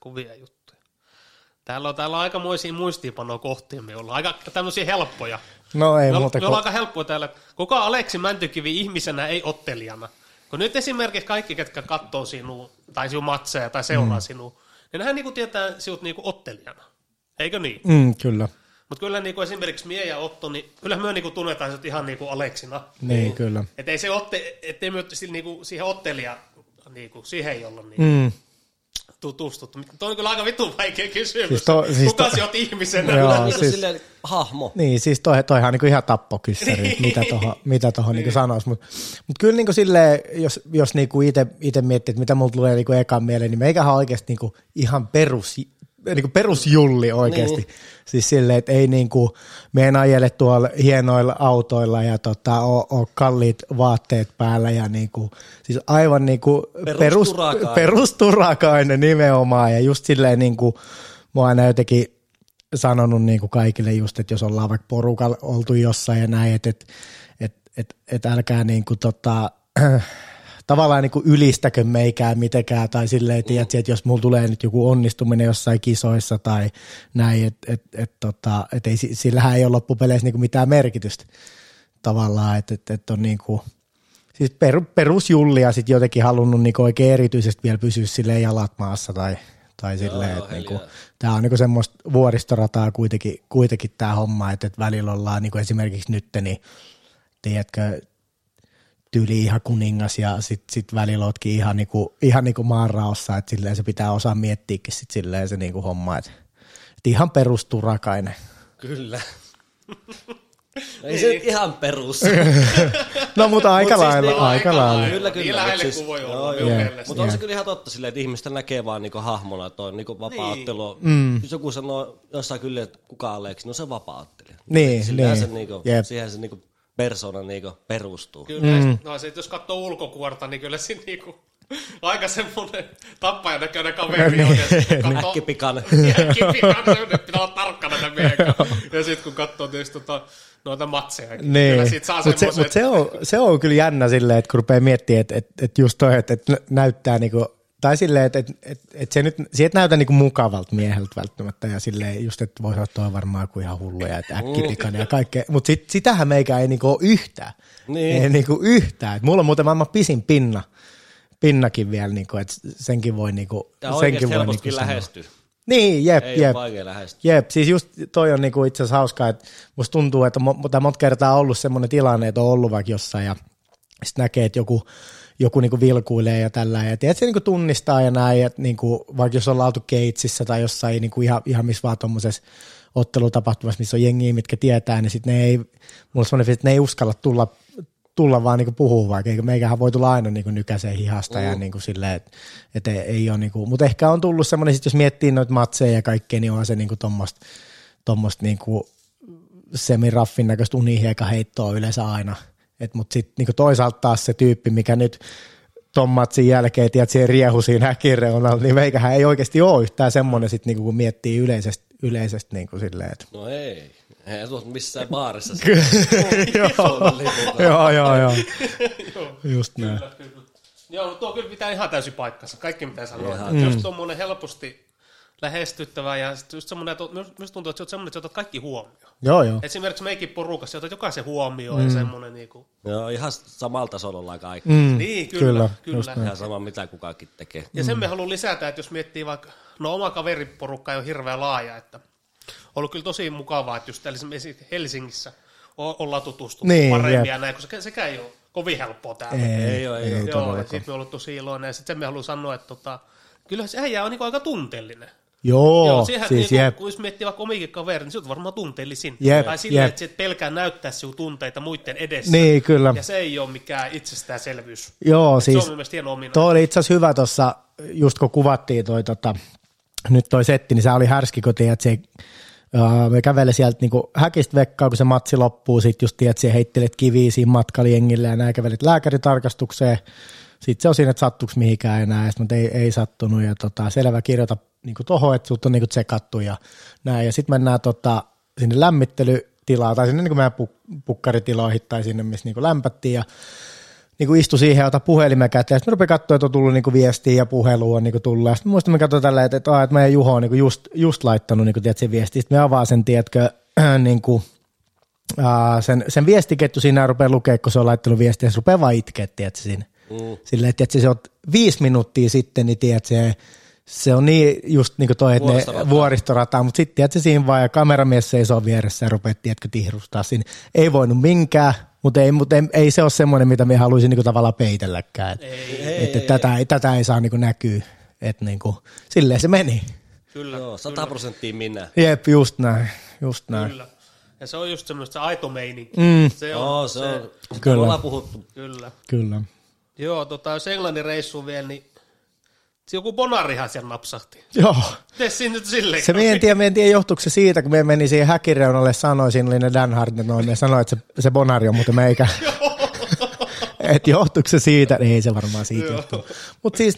Speaker 1: Täällä on aikamoisia muistiinpanoja kohtia, me ollaan aika tämmöisiä helppoja.
Speaker 2: No ei muuta.
Speaker 1: Me ollaan aika helppoja täällä, että kuka Aleksi Mäntykivi ihmisenä ei ottelijana. Kun nyt esimerkiksi kaikki, ketkä katsoo sinua, tai sinun matseja, tai seuraa sinua, niin nehän niinku tietää sinut niinku ottelijana. Eikö niin?
Speaker 2: Kyllä.
Speaker 1: Mutta kyllä niinku esimerkiksi mie ja Otto, niin kyllä me niinku tunnetaan sinut ihan niinku Aleksina.
Speaker 2: Niin, kyllä.
Speaker 1: Että ei se ettei me niinku siihen ottelija, niinku, siihen ei olla niinku tutustuttu. Tuo on kyllä aika vitun vaikea kysymys. Kuka sinä olet ihmisenä?
Speaker 2: Joo,
Speaker 3: niin silleen hahmo.
Speaker 2: Niin, siis toihan on niinku ihan tappokyssäri, mitä tuohon niinku sanoisi. Mutta kyllä niinku silleen, jos niinku itse miettii, että mitä mulla tulee niinku ekan mieleen, niin meikähän oikeasti niinku ihan perusjulli oikeasti. Niin. Siis silleen, että ei niinku, me en ajele tuolla hienoilla autoilla ja ole kalliit vaatteet päällä ja niinku, siis aivan niinku perusturakainen nimenomaan ja just silleen niinku, mä oon aina jotenkin sanonut niinku kaikille just, että jos ollaan vaikka porukalla oltu jossain ja näin, että älkää niinku tavallaan niin kuin ylistäkö meikään mitenkään tai silleen, tiedätkö, että jos mulla tulee nyt joku onnistuminen jossain kisoissa tai näin, että ei, sillähän ei ole loppupeleissä niin kuin mitään merkitystä tavallaan, että on niin kuin, siis perusjulli ja sitten jotenkin halunnut niin kuin oikein erityisesti vielä pysyä silleen jalat maassa tai silleen, että niin kuin, tämä on niin kuin semmoista vuoristorataa kuitenkin tämä homma, että välillä ollaan niin kuin esimerkiksi nyt, niin tiedätkö, tyyli ihan kuningas ja sit välillä ootkin ihan niinku maanraossa, että silleen se pitää osaa miettiäkin sit silleen se niinku homma, että ihan perusturakainen.
Speaker 3: Kyllä. Ei se ihan perus.
Speaker 2: No mutta aika lailla.
Speaker 3: Kyllä.
Speaker 1: Niin lähelle kuin voi olla.
Speaker 3: Mutta on se kyllä ihan totta silleen, että ihmistä näkee vaan niinku hahmona, että on niinku vapaa-ottelu. Jos joku sanoo jossain kyllä, että kuka Aleksi, no se vapaa-ottelija.
Speaker 2: Niin.
Speaker 3: Siihen se niinku persona niinku perustuu.
Speaker 1: Kyllä, no se, jos katsoo ulkokuorta, niin kyllä siinä niinku aika semmoinen tappajan näköinen kaveri on.
Speaker 3: Äkkipikainen.
Speaker 1: Äkkipikainen, pitää olla tarkkana tämän miehen kanssa. Ja sitten kun katsoo tietysti noita matseja, niin kyllä siitä saa semmoisen.
Speaker 2: Mutta se on kyllä jännä silleen, että kun rupeaa miettimään, että just toi, että näyttää niinku, tai silleen, että se nyt, sieltä näytä niinku mukavalta mieheltä välttämättä ja silleen just, että voisi olla toi varmaan kuin ihan hulluja, että äkkipikainen ja kaikkea, mutta sitähän meikä ei niinku ole yhtään. Niin. Ei niinku yhtään. Et mulla on muuten maailman pisin pinnakin vielä, niinku, että senkin voi niinku.
Speaker 3: Tämä oikeasti helposti niinku lähestyy.
Speaker 2: Niin, jep.
Speaker 3: Ei ole vaikea lähestyä.
Speaker 2: Jep, siis just toi on niinku itse asiassa hauskaa, että musta tuntuu, että monta kertaa on ollut semmoinen tilanne, että on ollut vaikka jossain ja sitten näkee, että joku niinku vilkuilee ja tällä, ja tiedät, se niinku tunnistaa ja näin, että niinku, vaikka jos ollaan oltu Keitsissä tai jossain niinku ihan missä vaan tuommoisessa ottelutapahtumassa, missä on jengiä, mitkä tietää, niin sitten ne ei, mulla on semmoinen, että ne ei uskalla tulla vaan niinku puhua, vaikka meikähän voi tulla aina niinku nykäiseen hihasta ja niinku silleen, että ei ole niinku, mutta ehkä on tullut semmoinen, jos miettii noita matseja ja kaikkea, niin onhan se niinku tommoista niinku semiraffin näköistä unihiekaheittoa yleensä aina. Mutta sitten niinku toisaalta taas se tyyppi, mikä nyt ton matsin jälkeen, tiedät, siihen riehu siinä häkireunalla, niin meikähän ei oikeasti ole yhtään semmoinen, sit, niinku, kun miettii yleisesti niinku silleen.
Speaker 3: No ei. Ei tuossa missään baarissa.
Speaker 2: Joo. Just näin.
Speaker 1: Kyllä. Joo, tuo kyllä pitää ihan täysin paikkansa. Kaikki mitä sanoa. Just tuommoinen helposti lähestyttävä ja just semmoinen, että minusta tuntuu, että se on semmoinen, että otat kaikki huomioon.
Speaker 2: Joo.
Speaker 1: Esimerkiksi meikin porukassa otat jokaisen huomioon ja semmoinen niinku.
Speaker 3: Joo, ihan samalla tasolla ollaan kaikki.
Speaker 1: Niin, kyllä.
Speaker 3: Ihan sama mitä kukakin tekee.
Speaker 1: Ja sen me haluan lisätä, että jos miettii vaikka, no oma kaveriporukka ei ole hirveän laaja, että on ollut kyllä tosi mukavaa, että just esimerkiksi Helsingissä ollaan tutustuttu paremmin ja näin, koska sekään ei ole kovin helppoa täällä.
Speaker 3: Ei
Speaker 1: Joo, ja siitä me on ollut tosi iloinen. Ja sitten me haluan sanoa, että kyllä se äijä on niinku aika tunteellinen.
Speaker 2: Joo,
Speaker 1: siihen,
Speaker 2: siis
Speaker 1: niinku, kun jos miettii vaikka omikin kaverin, niin se on varmaan tunteellisin. Tai silleen, että et pelkää näyttää sinun tunteita muiden edessä.
Speaker 2: Niin, kyllä.
Speaker 1: Ja se ei ole mikään itsestäänselvyys.
Speaker 2: Joo,
Speaker 1: et
Speaker 2: siis
Speaker 1: se on mielestäni hieno ominaisuus.
Speaker 2: Toi oli itse asiassa hyvä tuossa, just kun kuvattiin nyt toi setti, niin se oli härski, kun tiedät, me kävelle sieltä niinku häkistä vekkaa, kun se matsi loppuu, sit just tiedät, että heittelet kiviä siinä matkaliengille ja näin kävelet lääkäritarkastukseen. Sitten se on siinä, että sattuuko mihinkään enää, mutta ei sattunut ja selvä kirjoita niinku tohon, että sut on niinku tsekattu ja näin. Ja sitten mennään sinne lämmittelytilaan tai sinne niinku meidän pukkaritiloihin tai sinne, missä niinku lämpättiin ja niinku istui siihen ja ota puhelimen käteen. Sitten me rupeaa katsoa, että on tullut niinku viestiä ja puhelua on niinku tullut. Ja sitten muistan, me katsoin tällä, että meidän Juho on niinku just laittanut niinku, tiedät, sen viestiä. Sitten me avaa sen, tiedätkö, niinku, sen viestiketju siinä ja rupeaa lukemaan, kun se on laittanut viestiä. Se rupeaa vaan itkeä, tiedätkö, siinä. Silleen, että se on 5 minuuttia sitten, niin tiedätkö, se on niin just niin kuin toi, että vuoristorata, mutta sitten tiedätkö, siinä vaan ja kameramies seisoo vieressä ja rupeaa, tiedätkö, tihrustaa siinä. Ei voinut minkään. Mutta ei se ole semmoinen, mitä me haluaisin niinku tavallaan peitelläkään. Tätä ei saa niinku näkyä. Että niinku, silleen se meni.
Speaker 1: Kyllä.
Speaker 3: Joo, 100% minä.
Speaker 2: Jep, just näin.
Speaker 1: Kyllä. Ja se on just semmoista se aito meininki.
Speaker 3: Se on.
Speaker 2: Kyllä.
Speaker 3: Me ollaan puhuttu.
Speaker 2: Kyllä.
Speaker 1: Joo, jos Englannin reissuun vielä, niin se joku bonarihan siellä napsahti.
Speaker 2: Joo.
Speaker 1: Tee siinä nyt silleen.
Speaker 2: Se me en tiedä johtuuko se siitä, kun me meni siihen häkireunalle, sanoi, siinä oli ne Dan Hardin, me sanoi, että se bonari on muuten meikä. Että johtuuko se siitä? Ei se varmaan siitä johtuu. Mutta siis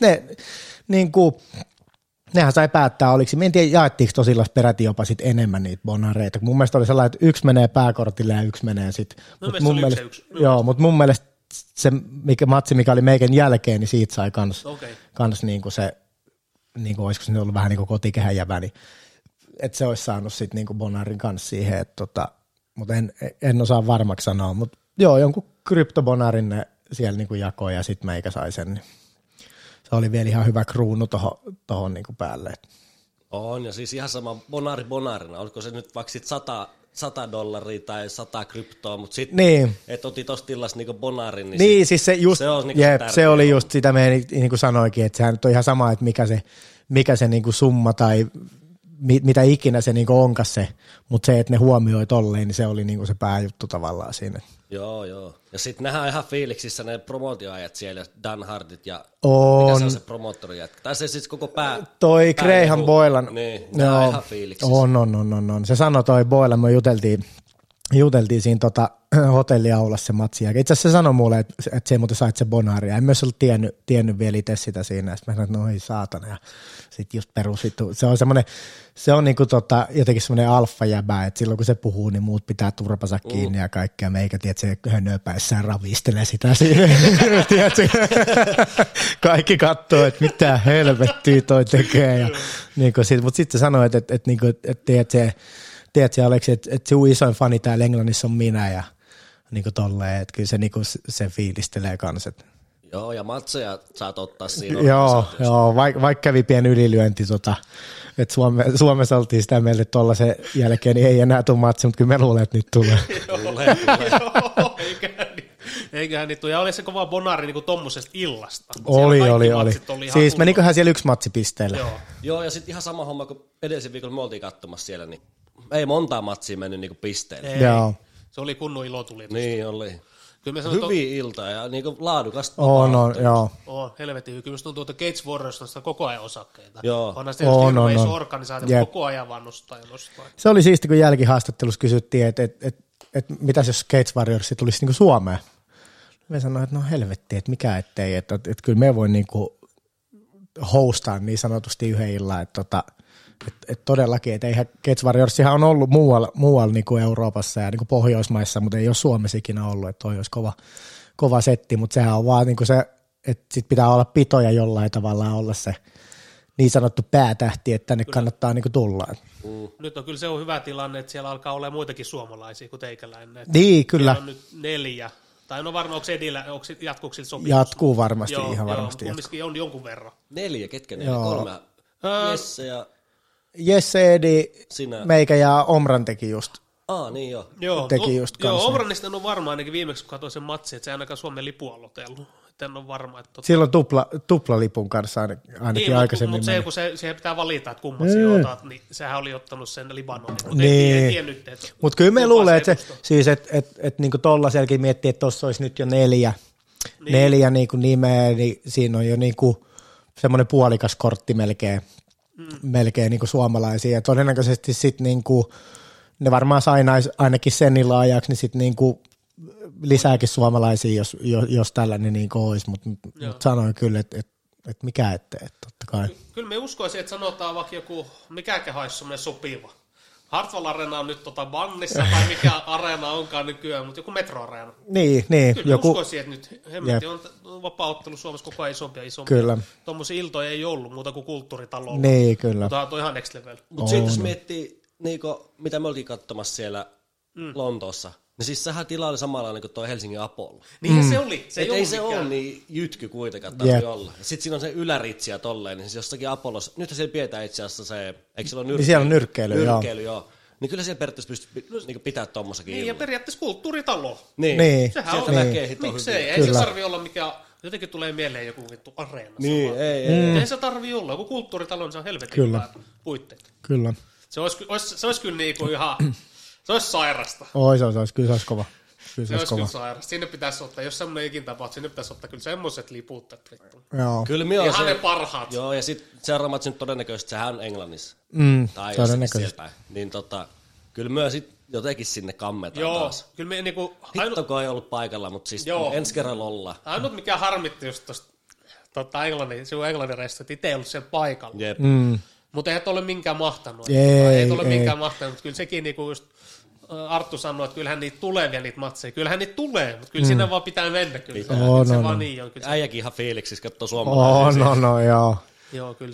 Speaker 2: nehän sai päättää, oliko me en tiedä, jaettiinko tosillas peräti jopa sit enemmän niitä bonareita. Mun mielestä oli sellainen, että yksi menee pääkortille ja yksi menee sitten. Mutta mun mielestä se matsi, mikä oli meikän jälkeen, niin siitä sai kans niinku se, niinku olisiko se ollut vähän niinku kotikehän jäbä, niin että se olisi saanut sitten niinku bonarin kanssa siihen, mutta en osaa varmaksi sanoa, mutta joo, jonkun kryptobonarin ne siellä niinku jakoi ja sitten meikä sai sen, niin se oli vielä ihan hyvä kruunu tohon niinku päälle.
Speaker 3: On, ja siis ihan sama bonarina, oliko se nyt vaikka sit $100 tai 100 kryptoa, mutta sitten, että otit tuossa tilassa niinku bonarin, niin
Speaker 2: siis se on niinku se oli just sitä, me niinku sanoikin, että sehän nyt on ihan sama, että mikä se niinku summa tai mitä ikinä se niinku onkas se, mutta se, että ne huomioi tolleen, niin se oli niinku se pääjuttu tavallaan siinä.
Speaker 3: Joo. Ja sitten nähdään ihan fiiliksissä ne promootioajat siellä, Dan Hardit ja mikä se on se promoottorijätkä. Tai se siis koko
Speaker 2: toi Graham Boylan.
Speaker 3: Niin, nähdään ihan fiiliksissä.
Speaker 2: On. Se sanoi toi Boylan, me juteltiin siinä hotelliaulassa se matsi jälkeen. Itse asiassa se sanoi mulle, että se muuten sait se bonaria. En myös ollut tiennyt vielä itse sitä siinä. Sitten mä sanoin, että no ei saatana. Ja sitten just perusittu. Se on niinku jotenkin semmoinen alfa-jäbä, että silloin kun se puhuu, niin muut pitää turpansa kiinni ja kaikkea. Meikä tiedät, se hönöpäissään ravistelee sitä siinä. Kaikki katsoo, että mitä helvettiä toi tekee. Ja, niinku, mutta sitten se sanoi, että tiedätkö, Aleksi, että sinun isoin fani täällä Englannissa on minä ja niinku tolleen, että kyllä se, niinku, se fiilistelee kanssa.
Speaker 3: Joo, ja matseja saat ottaa siinä.
Speaker 2: Joo, vaikka kävi pieni ylilyönti, että Suomessa oltiin sitä mieltä, että tuollaisen jälkeen niin ei enää tule matsi, mutta kyllä me luulen, että nyt tulee.
Speaker 3: Tulee.
Speaker 1: Eiköhän niitä tule. Ja oli se kova bonari niin tommosesta illasta.
Speaker 2: Oli. Siis meniköhän siellä yksi matsi pisteelle.
Speaker 3: Joo, ja sitten ihan sama homma, kun edellisen viikolla me oltiin katsomassa siellä, niin ei montaa matsia mennyt niinku pisteelle.
Speaker 2: Joo.
Speaker 1: Se oli kunnon ilotuli.
Speaker 3: Niin oli. Hyviä iltaa ja niinku laadukasta.
Speaker 2: Joo.
Speaker 1: Helvetin hyvin. Kyllä tuntuu, että Gates Warriors on koko ajan osakkeita.
Speaker 3: Joo.
Speaker 1: Onhan sitten hirveä iso organisaatio, koko ajan vaan nostaa.
Speaker 2: Se oli siisti, kun jälkihaastattelussa kysyttiin, että mitäs jos Gates Warriors tulisi niinku Suomeen. Me sanoin, että no helvetti, että mikä ettei. Että kyllä me voi niinku hostaa niin sanotusti yhden illan, että todellakin, että eihän Cage Warriorsihan on ollut muualla niin kuin Euroopassa ja niin kuin Pohjoismaissa, mutta ei ole Suomessa ikinä ollut, että toi olisi kova setti, mutta sehän on vaan niin kuin se, että sit pitää olla pitoja jollain tavalla olla se niin sanottu päätähti, että tänne kannattaa niin kuin tulla.
Speaker 1: Nyt on kyllä se on hyvä tilanne, että siellä alkaa olla muitakin suomalaisia kuin teikäläinen.
Speaker 2: Niin, kyllä.
Speaker 1: On nyt 4. Tai no varmaan, onko Edillä, jatkuuko sillä sopimus?
Speaker 2: Jatkuu varmasti, ihan varmasti.
Speaker 1: Kumminkin on jonkun verran.
Speaker 3: 4, ketkä ne? 3. Jesse ja...
Speaker 2: Jesse, Edi, meikä ja Omran teki just.
Speaker 3: Niin
Speaker 1: joo.
Speaker 2: Teki just kanssa.
Speaker 1: Joo, Omranista on varmaan ainakin viimeksi, kun katsoin sen matsin, että se ei ainakaan Suomen lipu aloitellut. En ole varma. Että
Speaker 2: silloin tuplalipun kanssa ainakin niin, aikaisemmin.
Speaker 1: Mutta kun siihen pitää valita, että kumman se otat, niin sehän oli ottanut sen Libanonin. Mutta ei tiennyt, että...
Speaker 2: Mutta kyllä me luulee, että siis, niinku tollaiselkin miettii, että tuossa olisi nyt jo 4 niinku nimeä, niin siinä on jo niinku semmoinen puolikas kortti melkein niinku suomalaisia. Ja todennäköisesti sitten niinku, ne varmaan sainaisi ainakin sen illan ajaksi, niin sitten niinku lisääkin suomalaisia, jos tällainen niin olisi, mutta sanoin kyllä, että mikä ettei, totta kai.
Speaker 1: Kyllä me uskoisin, että sanotaan vaikka joku, mikäkään haisi semmoinen sopiva. Hartwall Arena on nyt bannissa, tai mikä areena onkaan nykyään, mutta joku Metro-areena.
Speaker 2: Niin.
Speaker 1: Kyllä joku... uskoisin, että nyt hemmetti on vapaa-ottelu Suomessa koko ajan isompi ja isompi.
Speaker 2: Kyllä.
Speaker 1: Tuommoisia iltoja ei ollut muuta kuin kulttuuritalolla.
Speaker 2: Niin, kyllä.
Speaker 1: Mutta on ihan next level.
Speaker 3: Mutta sitten jos miettii, mitä me oltiin katsomassa siellä Lontoossa, niin siis sehän tila oli samanlainen kuin tuo Helsingin Apollo.
Speaker 1: Niin se oli.
Speaker 3: Ei se ole niin jytky kuitenkaan tarvitse olla. Sitten siinä on se yläritsi ja tolleen, niin siis jossakin Apollossa, nythän siellä pidetään itse asiassa se, eikö siellä ole nyrkkeily?
Speaker 2: Niin siellä on nyrkkeily,
Speaker 3: joo. Niin kyllä siellä periaatteessa pystyy niin pitää tommosakin
Speaker 1: niin, ja periaatteessa kulttuuritalo.
Speaker 2: Niin.
Speaker 1: Sehän
Speaker 3: sieltä
Speaker 1: on.
Speaker 3: näkee hito
Speaker 1: miksei? Ei se tarvi olla mikään, jotenkin tulee mieleen joku vittu areena.
Speaker 3: Niin,
Speaker 1: ei se tarvi olla. Joku kulttuuritalo, niin se on helvetin hyvä puitteet.
Speaker 2: Kyllä.
Speaker 1: Se olisi kyllä niinku ihan, se olisi sairasta.
Speaker 2: Olisi, kyllä se olisi kova.
Speaker 1: Se olisi kyllä sairasta. Sinne pitäisi ottaa, jos semmoinen ikin tapahtuu, sinne pitäisi ottaa kyllä semmoiset liput, että vittu.
Speaker 2: Joo.
Speaker 3: Kyllä
Speaker 1: ihan ne parhaat.
Speaker 3: Joo, ja sitten seuraava matsi nyt todennäköisesti, sehän on Englannissa. Tai
Speaker 2: todennäköisesti.
Speaker 3: Niin kyllä myös sitten jotenkin sinne kammetaan taas.
Speaker 1: Kyllä me niinku...
Speaker 3: Hittoko ei ollut paikalla, mutta siis ensi kerralla ollaan.
Speaker 1: Ainut mikä harmitti just tuosta Englannin reissusta, että itse ei ollut siellä paikalla.
Speaker 3: Jep.
Speaker 1: Mutta eihän ole minkään mahtanut.
Speaker 2: Ei
Speaker 1: ole minkään mahtanut, mutta kyllä sekin niinku just Arttu sanoi, että kyllähän niitä tulee vielä niitä matseja. Kyllähän niitä tulee, mutta kyllä sinne vaan pitää mennä. Kyllä se vaan niin on.
Speaker 3: Äijäkin ihan fiiliksissä katsoo suomalaisia.
Speaker 2: Joo.
Speaker 1: Joo, kyllä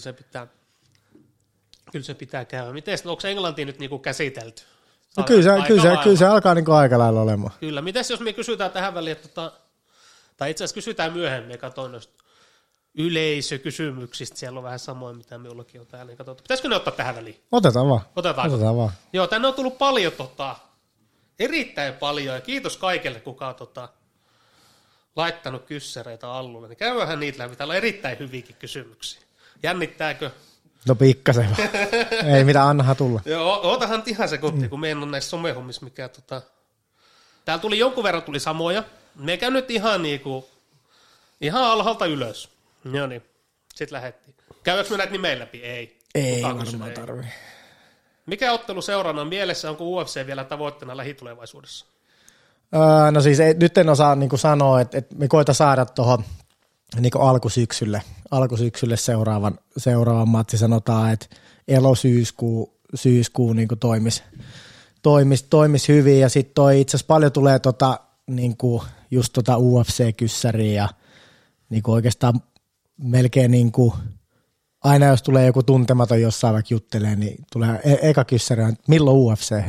Speaker 1: se pitää käydä. Mites, onko Englanti nyt niinku käsitelty?
Speaker 2: No kyllä se alkaa niinku aika lailla olemaan.
Speaker 1: Kyllä. Mites jos me kysytään tähän väliin, tai itse asiassa kysytään myöhemmin, katsoin noista yleisökysymyksistä, siellä on vähän samoin, mitä minullakin on täällä. Niin pitäisikö ne ottaa tähän väliin?
Speaker 2: Otetaan vaan.
Speaker 1: Otetaan. Joo, tänne on tullut paljon, erittäin paljon, ja kiitos kaikille, kuka on laittanut kyssäreitä allulle. Niin käydään niitä läpi, täällä on erittäin hyviäkin kysymyksiä. Jännittääkö?
Speaker 2: No pikkasen vaan. Ei mitään, annahan tulla.
Speaker 1: Joo, ootahan ihan sekuntia, kun meidän on näissä somehommissa, mikä täällä tuli jonkun verran tuli samoja. Me käy nyt ihan alhaalta ylös. Joo niin, sitten lähdettiin. Käydäänkö me näitä nimeä läpi? Ei.
Speaker 2: Ei varmaan tarvii.
Speaker 1: Mikä ottelu seurana on mielessä? Onko UFC vielä tavoitteena lähitulevaisuudessa?
Speaker 2: No siis nyt en osaa niin kuin sanoa, että me koita saada tuohon niin kuin alkusyksylle seuraavan matsi. Sanotaan, että syyskuu niin kuin toimisi hyvin. Ja sitten itse asiassa paljon tulee niin kuin just UFC-kyssäriä ja niin kuin oikeastaan melkein niin kuin, aina jos tulee joku tuntematon jossain vaikka juttelee, niin tulee eka kyssäri, että milloin UFC?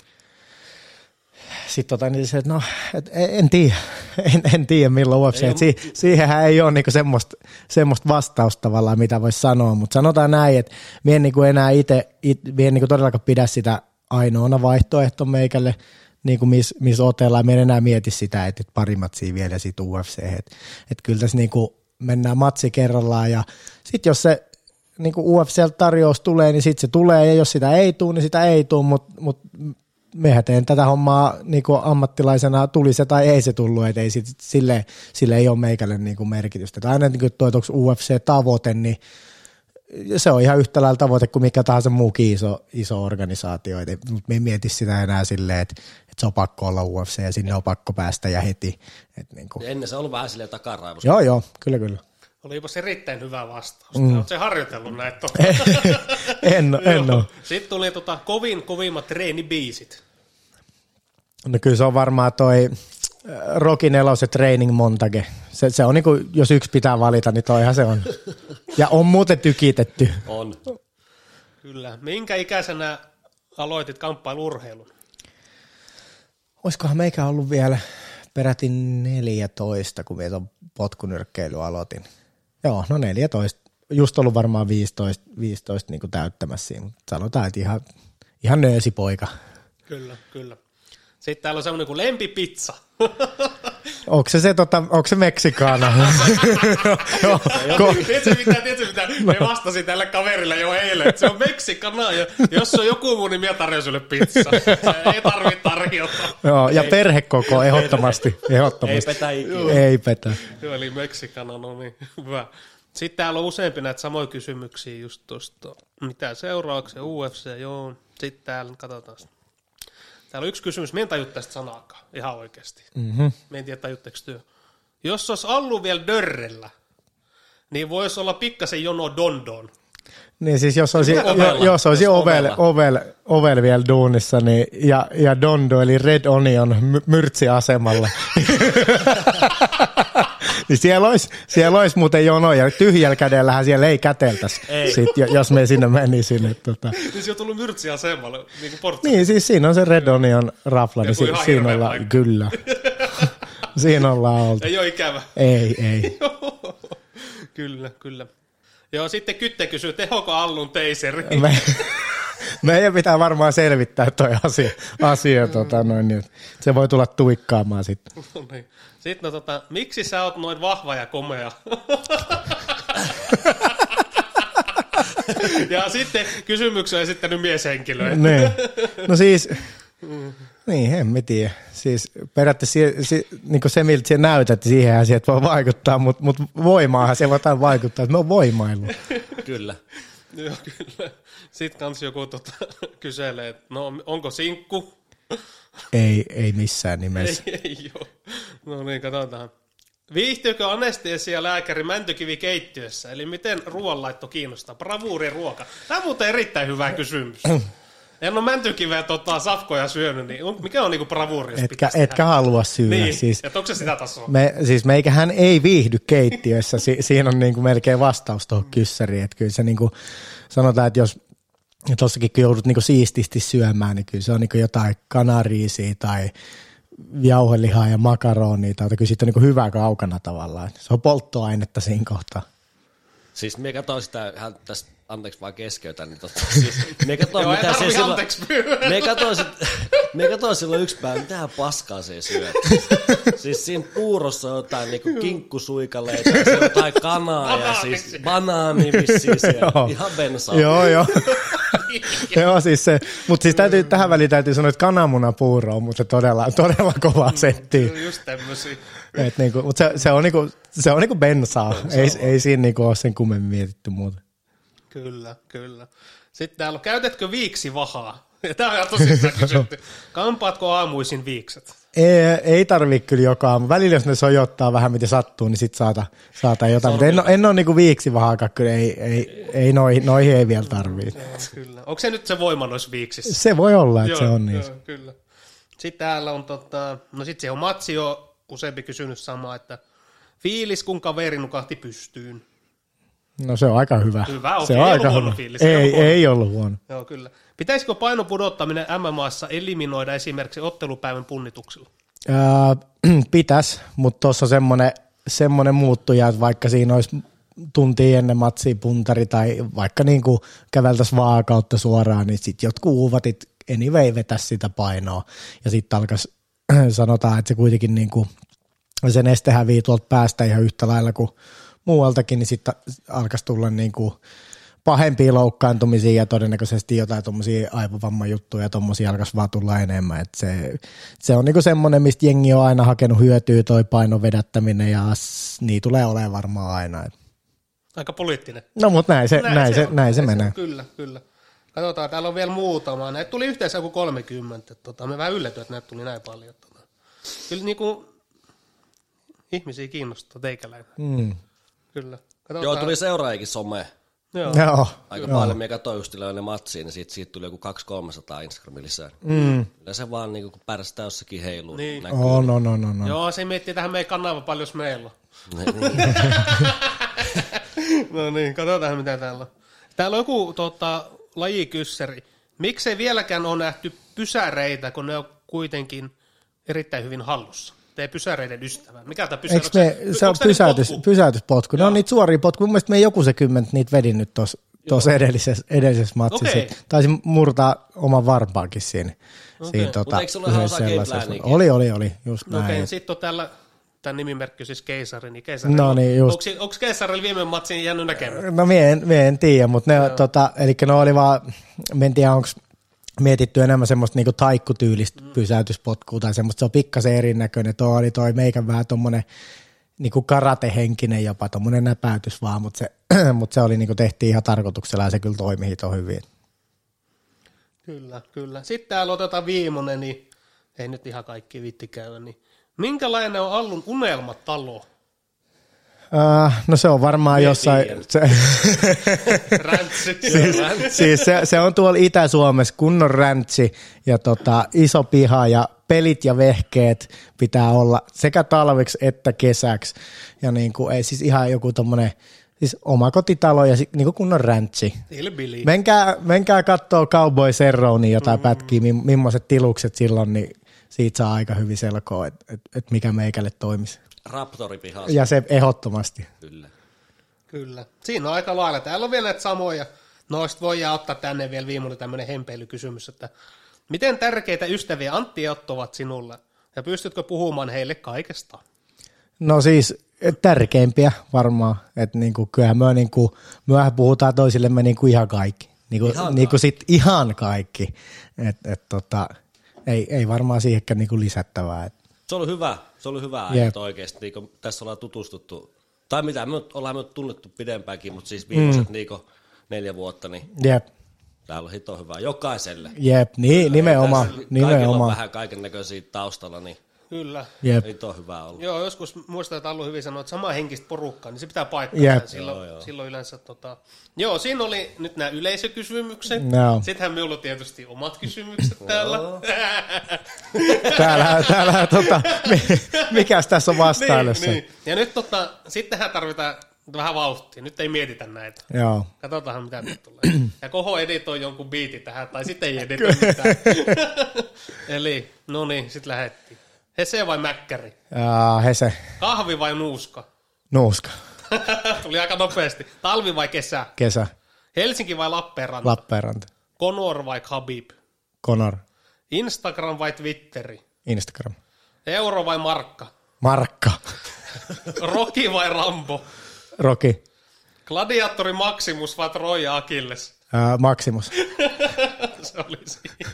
Speaker 2: Sitten niin se, että no, en tiedä milloin UFC. Siihenhän ei ole niinku semmoista vastausta tavallaan, mitä voisi sanoa, mutta sanotaan näin, että minä en niinku enää itse niinku todellakaan pidä sitä ainoana vaihtoehto meikälle, niinku missä otellaan. Minä en enää mieti sitä, että pari matsia vielä siitä UFC. Että kyllä tässä niinku mennään matsi kerrallaan ja sitten jos se niinku UFC-tarjous tulee, niin sitten se tulee ja jos sitä ei tule, niin sitä ei tule, mutta mehän teen tätä hommaa niinku ammattilaisena, tuli se tai ei se tullut, että ei sille ei ole meikälle niinku merkitystä. Et aina niinku onko UFC-tavoite, niin se on ihan yhtä lailla tavoite kuin mikä tahansa muukin iso organisaatio, mutta me ei mieti sitä enää silleen, että se on pakko olla UFC ja sinne on pakko päästä ja heti. Niinku.
Speaker 3: Ennen se on ollut vähän silleen takaraivossa.
Speaker 2: Joo, kyllä.
Speaker 1: Olipas erittäin hyvä vastaus. Oletko se harjoitellut näitä?
Speaker 2: En ole.
Speaker 1: Sitten tuli kovimmat treenibiisit.
Speaker 2: No kyllä se on varmaan toi Rocky 4 Training Montage. Se on niinku, jos yksi pitää valita, niin toihan se on. Ja on muuten tykitetty.
Speaker 3: On.
Speaker 1: Kyllä. Minkä ikäisenä aloitit kamppailurheilun?
Speaker 2: Olisikohan meikä ollut vielä peräti 14, kun minä potkunyrkkeily aloitin. Joo, no 14. Just ollut varmaan 15 niin kuin täyttämässä siinä. Sanotaan, että ihan nöösipoika.
Speaker 1: Kyllä. Sitten täällä on semmoinen kuin lempipizza.
Speaker 2: Onko se Meksikaana?
Speaker 1: Tiedätkö mitä? Me vastasin tälle kaverille jo eilen, että se on Meksikana. Ja jos se on joku muu, niin minä tarjoan sulle pizza. Ei tarvitse tarjota.
Speaker 2: Joo, ja perhekoko ehdottomasti.
Speaker 3: Ei petä ikinä.
Speaker 2: Ei petä.
Speaker 1: Joo, eli Meksikana, no niin, hyvä. Sitten täällä on useampi näitä samoja kysymyksiä just tuosta. Mitä seuraavaksi? UFC, joo. Sitten täällä, katsotaan. Täällä on yksi kysymys, me en tajua tästä sanaakaan, ihan oikeasti. Me en tiedä, tajutteko työ. Jos olisi ollut vielä dörrellä, niin voisi olla pikkasen jono dondon.
Speaker 2: Niin siis jos olisi ovel vielä duunissa, niin, ja dondo eli red onion myrtsiasemalla. Niin siellä olisi muuten jonoja. Tyhjällä kädellähän siellä ei käteltäisi, jos me sinne menisin.
Speaker 1: Niin se on tullut myrtsiasemalle, niin kuin Portsassa.
Speaker 2: Niin, siis siinä on se red onion rafla, niin siinä ollaan, kyllä. Siinä ollaan oltu.
Speaker 1: Ei ole ikävä.
Speaker 2: Ei.
Speaker 1: Kyllä. Joo, sitten Kytte kysyy, tehoko Allun teiseri?
Speaker 2: Meidän pitää varmaan selvittää toi asia niin se voi tulla tuikkaamaan sitten.
Speaker 1: No niin. Sitten miksi sä oot noin vahva ja komea? Ja sitten kysymyksen on esittänyt mieshenkilöä.
Speaker 2: Niin. No siis, niin en mä tiedä. Siis periaatteessa niin se, miltä sä näytät, siihenhän sieltä voi vaikuttaa, mutta voimaahan se voi vaikuttaa, että me on voimailu.
Speaker 3: Kyllä.
Speaker 1: Joo, kyllä. Sitten kans joku kyselee, että no onko sinkku?
Speaker 2: Ei missään nimessä.
Speaker 1: Ei ole. No niin, katsotaan. Viihtyykö anestesialääkäri Mäntykivi keittiössä? Eli miten ruoanlaitto kiinnostaa? Bravuuri ruoka. Tämä on muuten erittäin hyvä kysymys. En ole Mäntykiveä safkoja syönyt, niin mikä on niinku bravuuri?
Speaker 2: Etkä halua syödä.
Speaker 1: Niin,
Speaker 2: siis,
Speaker 1: että onko se sitä tasoa?
Speaker 2: Meikähän ei viihdy keittiössä. Siinä on niinku melkein vastaus tuohon kyssäriin. Että kyllä se niinku, sanotaan, että jos tuossakin kun joudut niinku siististi syömään, niin kyllä se on niinku jotain kanariisiä tai jauhelihaa ja makaronia. Tai kyllä siitä on niinku hyvä kaukana tavallaan. Se on polttoainetta siinä kohtaa.
Speaker 3: Siis me katsoin sitä, tästä, anteeksi vaan keskeytän, niin siis me katsoin mitä se silloin, me katsoin silloin yksi päivä, mitä paskaa se syö. Siis siinä puurossa on jotain niinku kinkkusuikaleita, ja se on jotain kanaa ja siis banaani vissiin siellä, ihan bensaa.
Speaker 2: Joo. Joo, siis se, mutta siis tähän väliin täytyy sanoa, että kananmunapuuro on mutta todella kovaa settiä.
Speaker 1: Just tämmöisiä.
Speaker 2: Niinku, mutta se on niinku bensaa, ei siinä niinku ole sen kummemmin mietitty muuta.
Speaker 1: Kyllä. Sitten täällä on, käytätkö viiksivahaa? Ja tämä on ihan tosissaan kysytty. Kampaatko aamuisin viikset?
Speaker 2: Ei tarvitse kyllä joka aamu. Välillä jos ne sojottaa vähän miten sattuu, niin sitten saata jotain. Mutta en ole niinku viiksivahaakaan, kyllä ei noihin ei vielä tarvitse.
Speaker 1: Kyllä. Onko se nyt se voima noissa viiksissä?
Speaker 2: Se voi olla, että se on niin.
Speaker 1: Kyllä. Sitten täällä on, no sitten se on Matsi jo useampi kysynyt samaa, että fiilis kun kaveri nukahti pystyyn.
Speaker 2: No se on aika hyvä.
Speaker 1: Hyvä,
Speaker 2: se on aika hyvä.
Speaker 1: Fiilis.
Speaker 2: Ei ollut huono.
Speaker 1: Joo, kyllä. Pitäisikö painon pudottaminen MMA:ssa eliminoida esimerkiksi ottelupäivän punnituksilla?
Speaker 2: Pitäisi, mutta tuossa on semmoinen muuttuja, että vaikka siinä olisi tuntia ennen matsia puntari tai vaikka niin kuin käveltäisiin vaakautta suoraan, niin sitten jotkut uuvatit anyway vetäisi sitä painoa. Ja sitten alkaisi, sanotaan, että se kuitenkin niin kuin se neste hävii tuolta päästä ihan yhtä lailla kuin muualtakin, niin sitten alkaisi tulla niin kuin pahempia loukkaantumisia ja todennäköisesti jotain tuommoisia aivovammajuttuja ja tuommoisia alkaisi vaan tulla enemmän. Et se on niinku semmoinen, mistä jengi on aina hakenut hyötyä toi painon vedättäminen ja niin tulee olemaan varmaan aina.
Speaker 1: Aika poliittinen.
Speaker 2: No mutta näin se menee.
Speaker 1: Kyllä. Katsotaan, täällä on vielä muutama. Näitä tuli yhteensä joku 30. Me vähän yllätyin, että näitä tuli näin paljon. Kyllä niinku ihmisiä kiinnostaa teikäläinen. Kyllä.
Speaker 3: Joo, tuli seuraajakin someen.
Speaker 2: Joo.
Speaker 3: Aika paljon minä katsoin just ne matsiin, niin siitä tuli joku 200-300 Instagramin lisää. Se vaan niin kun pärstää jossakin heiluu.
Speaker 1: Niin.
Speaker 2: No.
Speaker 1: Joo, se miettii tähän meidän kanava paljon, jos meillä on. No niin, katsotaan mitä täällä on. Täällä on joku lajikyssäri. Miksei vieläkään ole nähty pysäreitä, kun ne on kuitenkin erittäin hyvin hallussa? Tee pysäreiden ystävää. Mikä tämä
Speaker 2: se on pysäytyspotku. Ne on niitä suoria potkuja. Mun mielestä me joku se 10 niitä vedin nyt tuossa edellisessä matsissa. Okay. Taisin murtaa oman varpaankin siinä.
Speaker 3: Mutta eikö sulla ihan osa gameplaniikin?
Speaker 2: Oli, just näin.
Speaker 1: Okei, sitten on täällä, tämän nimimerkki siis Keisari, niin Keisari.
Speaker 2: No niin, just.
Speaker 1: Onko Keisarilla viime matsiin jäänyt näkemään?
Speaker 2: No mie en tiedä, mutta ne eli ne oli vaan, en tiedä onko mietitty enemmän semmoista niinku taikkutyylistä pysäytyspotkua tai semmoista, se on pikkasen erinäköinen. Oli toi meikän vähän tommonen niinku karatehenkinen jopa, tommonen näpäytys vaan, mutta se oli niinku tehtiin ihan tarkoituksella ja se kyllä toimi hito hyvin.
Speaker 1: Kyllä. Sitten täällä otetaan viimeinen, niin ei nyt ihan kaikki viitti käydä, niin minkälainen on Allun unelmatalo?
Speaker 2: No se on varmaan jossain...
Speaker 1: Räntsi.
Speaker 2: siis se on tuolla Itä-Suomessa kunnon räntsi ja iso piha ja pelit ja vehkeet pitää olla sekä talveksi että kesäksi. Ja niinku, ei siis ihan joku tommonen siis omakotitalo ja niinku kunnon räntsi. Menkää kattoo Cowboy Cerronein jotain pätkiä, millaiset tilukset silloin, niin siitä saa aika hyvin selkoa, että mikä meikälle toimisi.
Speaker 3: Raptoripihassa.
Speaker 2: Ja se ehdottomasti.
Speaker 1: Kyllä. Siinä on aika lailla. Täällä on vielä näitä samoja. Noista voidaan ottaa tänne vielä viimeinen tämmöinen hempeilykysymys, että miten tärkeitä ystäviä Antti ja Otto ovat sinulle? Ja pystytkö puhumaan heille kaikesta?
Speaker 2: No siis tärkeimpiä varmaan. Että niinku, kyllähän mehän puhutaan toisillemme niinku ihan kaikki. Ihan kaikki. Ei varmaan siihenkään niinku lisättävää.
Speaker 3: Se oli hyvä aika oikeasti. Niin tässä ollaan tutustuttu, tai mitä, ollaan me tunnettu pidempäänkin, mutta siis viimeiset 4 vuotta, niin täällä on hito hyvä jokaiselle.
Speaker 2: Nimenomaan.
Speaker 3: Kaikilla on vähän kaiken näköisiä taustalla, niin
Speaker 1: kyllä.
Speaker 3: Hito hyvä ollut.
Speaker 1: Joo, joskus muistan, että Allu hyvin sanoi, että samaa henkistä porukkaa, niin se pitää paikkaa. Silloin yleensä Joo, siinä oli nyt nämä yleisökysymykset. Sittenhän minulla on tietysti omat kysymykset täällä.
Speaker 2: täällä mikäs tässä on vastailussa?
Speaker 1: Niin. Ja nyt sittenhän tarvitaan vähän vauhtia. Nyt ei mietitä näitä.
Speaker 2: Joo.
Speaker 1: Katsotaanhan mitä nyt tulee. Ja Koho editoi jonkun biitin tähän, tai sitten ei editoi mitään. Eli, no niin, sitten lähdettiin. Hese vai mäkkäri?
Speaker 2: Hese.
Speaker 1: Kahvi vai nuuska?
Speaker 2: Nuuska.
Speaker 1: Tuli aika nopeasti. Talvi vai kesä?
Speaker 2: Kesä.
Speaker 1: Helsinki vai Lappeenranta?
Speaker 2: Lappeenranta.
Speaker 1: Conor vai Khabib?
Speaker 2: Conor.
Speaker 1: Instagram vai Twitteri?
Speaker 2: Instagram.
Speaker 1: Euro vai markka?
Speaker 2: Markka.
Speaker 1: Rocky vai Rambo?
Speaker 2: Rocky.
Speaker 1: Gladiatori Maximus vai Troja Achilles?
Speaker 2: Maximus.
Speaker 1: Se oli siinä.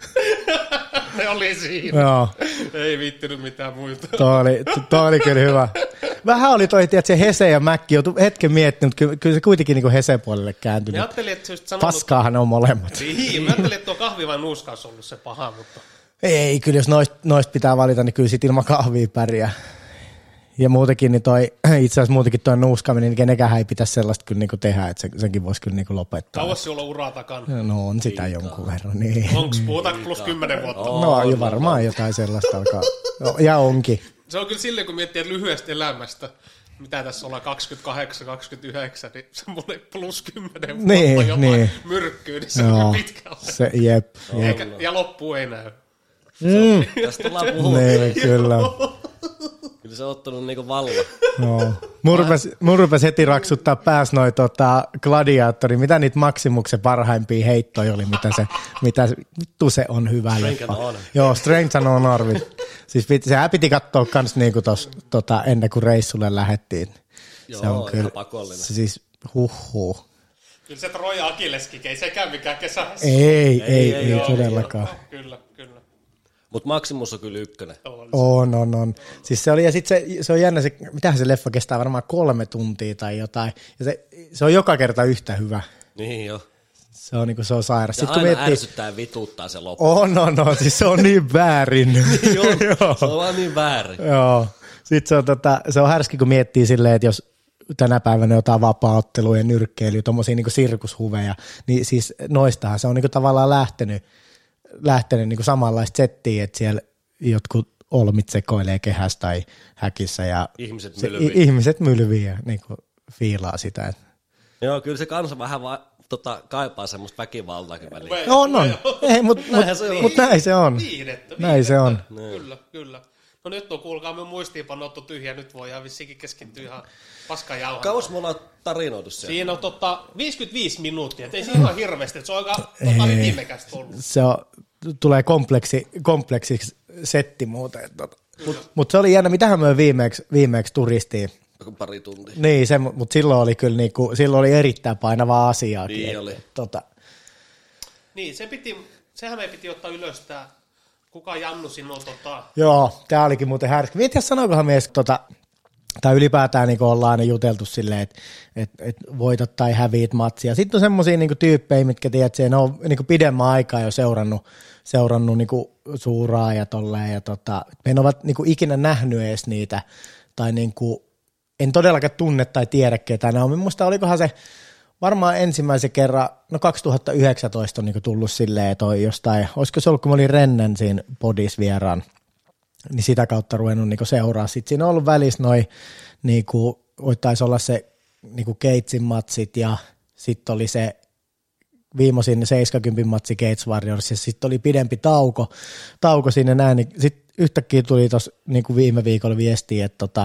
Speaker 1: Ne oli siinä.
Speaker 2: Joo.
Speaker 1: Ei viittinyt mitään muita.
Speaker 2: Toi oli kyllä hyvä. Vähän oli toi, että se Hese ja Mäkki joutui hetken miettinyt, kyllä se kuitenkin niin Hesen puolelle kääntyi.
Speaker 1: Mä ajattelin, että se just sanonut...
Speaker 2: Paskaahan on molemmat.
Speaker 1: Niin, mä ajattelin, että tuo kahvi vai nuuska olisi ollut se paha, mutta...
Speaker 2: Ei, kyllä jos noista pitää valita, niin kyllä sit ilman kahvia pärjää. Ja muutenkin, niin itse asiassa muutenkin toi nuuskaminen, niin kenenkään ei pitäisi sellaista kyllä niinku tehdä, että senkin voisi kyllä niinku lopettaa.
Speaker 1: Kauas sulla uraa takana?
Speaker 2: No on sitä jonkun verran, niin.
Speaker 1: Onko puhutaan plus 10 vuotta?
Speaker 2: No varmaan jotain sellaista alkaa. No, ja onkin.
Speaker 1: Se on kyllä silleen, kun miettii lyhyestä elämästä, mitä tässä ollaan 28, 29, niin semmoinen plus 10 vuotta jotain myrkkyä, niin se on pitkä
Speaker 2: se, jep.
Speaker 1: Ja loppu ei näy.
Speaker 3: Tästä tullaan puhumaan.
Speaker 2: Niin, kyllä.
Speaker 3: Kyllä se on ottanut niinku valla.
Speaker 2: No. Mun rupesi heti raksuttaa pääs noi gladiaattori. Mitä niitä Maksimuksen parhaimpia heittoja oli, mitä vittu se on hyvä leppa. Joo, Strength and Honor. Siis sehän piti katsoa kans niinku ennen kuin reissulle lähdettiin.
Speaker 3: Joo,
Speaker 2: se on kyllä
Speaker 3: pakollinen.
Speaker 2: Se siis huhhuh.
Speaker 1: Kyllä se Troja Achilleskin, ei sekään mikään kesässä.
Speaker 2: Ei todellakaan.
Speaker 1: Kyllä.
Speaker 3: Mutta Maximus on kyllä ykkönen.
Speaker 2: On. Siis se oli, ja sitten se on jännä, mitähän se leffa kestää, varmaan 3 tuntia tai jotain. Ja se on joka kerta yhtä hyvä.
Speaker 3: Niin jo.
Speaker 2: Se on niinku, se on sairas.
Speaker 3: Ja
Speaker 2: sitten,
Speaker 3: aina ärsyttää ja vituttaa se loppu.
Speaker 2: On, siis se on niin väärin.
Speaker 3: Joo, se on vaan niin väärin.
Speaker 2: Joo. Sitten se on härski, kun miettii silleen, että jos tänä päivänä jotain vapaa-otteluja, nyrkkeilyä, tommosia niinku sirkushuveja, niin siis noistahan se on niinku tavallaan lähtenyt niinku samanlaista settiä, että siellä jotkut olmit sekoilee kehässä tai häkissä ja ihmiset mylvii ja niinku fiilaa sitä.
Speaker 3: Joo, kyllä se kanssa vähän kaipaa semmoista väkivaltaakin väliin.
Speaker 2: On. Ei, mutta näin se on. Näin se on.
Speaker 1: Kyllä. No nyt on, kuulkaa, me muistiinpanottu tyhjä, nyt voidaan vissiinkin keskittyä ihan paskajauhaan.
Speaker 3: Kauas me ollaan tarinoitu siellä?
Speaker 1: Siinä on 55 minuuttia, ettei siinä ole hirveästi, että se on aika ytimekästä ollut.
Speaker 2: Se tulee kompleksiksi setti muuten. Mutta se oli jännä, mitähän me viimeksi turistiin.
Speaker 3: Pari tuntia.
Speaker 2: Niin, mutta silloin oli kyllä silloin oli erittäin painavaa asiaa.
Speaker 3: Niin oli.
Speaker 2: Niin,
Speaker 1: sehän me piti ottaa ylös tämä, kuka Jannu sinua
Speaker 2: Joo, tämä olikin muuten härski. Mietin, sanoikohan mies, tai ylipäätään niin ollaan aina juteltu silleen, että voitat tai häviit matsia. Sitten on semmoisia niin tyyppejä, mitkä tiedät, ne on niin pidemmän aikaa jo seurannut niin suuraa ja tolleen. Ja me en ole niin ikinä nähnyt edes niitä, tai niin kuin, en todellakaan tunne tai tiedä ketään. Minusta olikohan se varmaan ensimmäisen kerran, 2019 on niin tullut silleen, että jostain, olisiko se ollut, kun mä olin Rennen siinä podis vieraan, niin sitä kautta ruvennut niin seuraa. Sitten siinä on ollut välissä noin, niin taisi olla se niin Gatesin matsit ja sitten oli se viimeisin 70 matsi Gates Warriors ja sitten oli pidempi tauko sinne näin, niin sitten yhtäkkiä tuli tuossa niin viime viikolla viestiä, että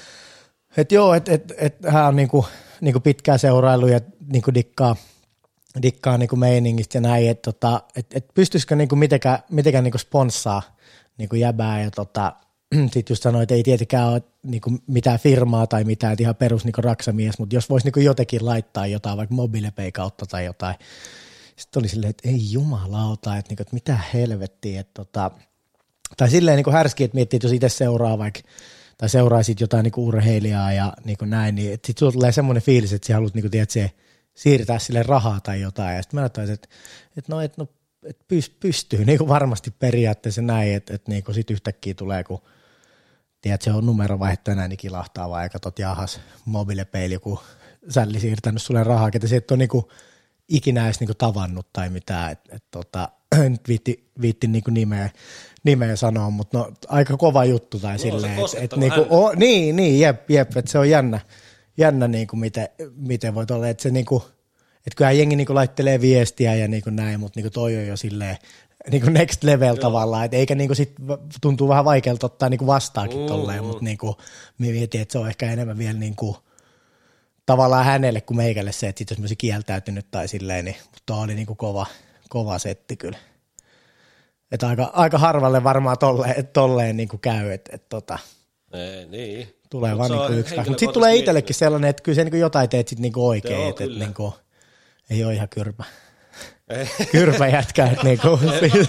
Speaker 2: hän on niinku pitkään seurailu ja niinku dikkaa niinku meiningistä ja näin, että pystyisikö niinku mitenkään niinku sponssaa niinku jäbää ja sitten just sanoi, että ei tietenkään ole niinku mitään firmaa tai mitään, että ihan perus niinku raksamies, mutta jos voisi niinku jotenkin laittaa jotain, vaikka MobilePay kautta tai jotain. Sitten oli silleen, että ei jumalauta, että mitä helvettiä, tai silleen niinku härski, että miettii, että jos itse seuraa vaikka tai seuraisit jotain niinku urheilijaa ja niinku näin, niin sitten sulla tulee semmoinen fiilis, että sä haluat niinku, siirtää sille rahaa tai jotain. Ja sitten mä ajattelin, että pystyy niinku varmasti periaatteessa näin, että niinku sit yhtäkkiä tulee, kun tiedät, se on numero vaihto enää, niin kilahtaa vaan aika jahas MobilePay, joku sälli siirtänyt sulle rahaa, ketä se et ole niinku ikinä edes niinku tavannut tai mitään, nyt viitti niinku nimeä sanoa, mutta no aika kova juttu tai silleen, että niin, jep, että se on jännä niinku miten voi olla, että se niinku, että kyllähän jengi niinku laittelee viestiä ja niinku näin, mutta niinku toi on jo silleen niinku next level tavallaan, että eikä niinku sit tuntuu vähän vaikealta ottaa niinku vastaakin tolleen, mutta niinku mietin, että se on ehkä enemmän vielä niinku tavallaan hänelle kuin meikälle se, että sit jos mä olisin kieltäytynyt tai silleen, niin, mutta tuo oli niinku kova setti kyllä. Että aika harvalle varmaan tolleen niin kuin käy, että
Speaker 3: niin.
Speaker 2: Tulee vaan niin yksi. Mutta sitten tulee itsellekin sellainen, että kyllä se niin jotain teet sitten niin oikein, joo, että niin kuin, ei ole ihan kyrpä jätkä. Että niin kuin.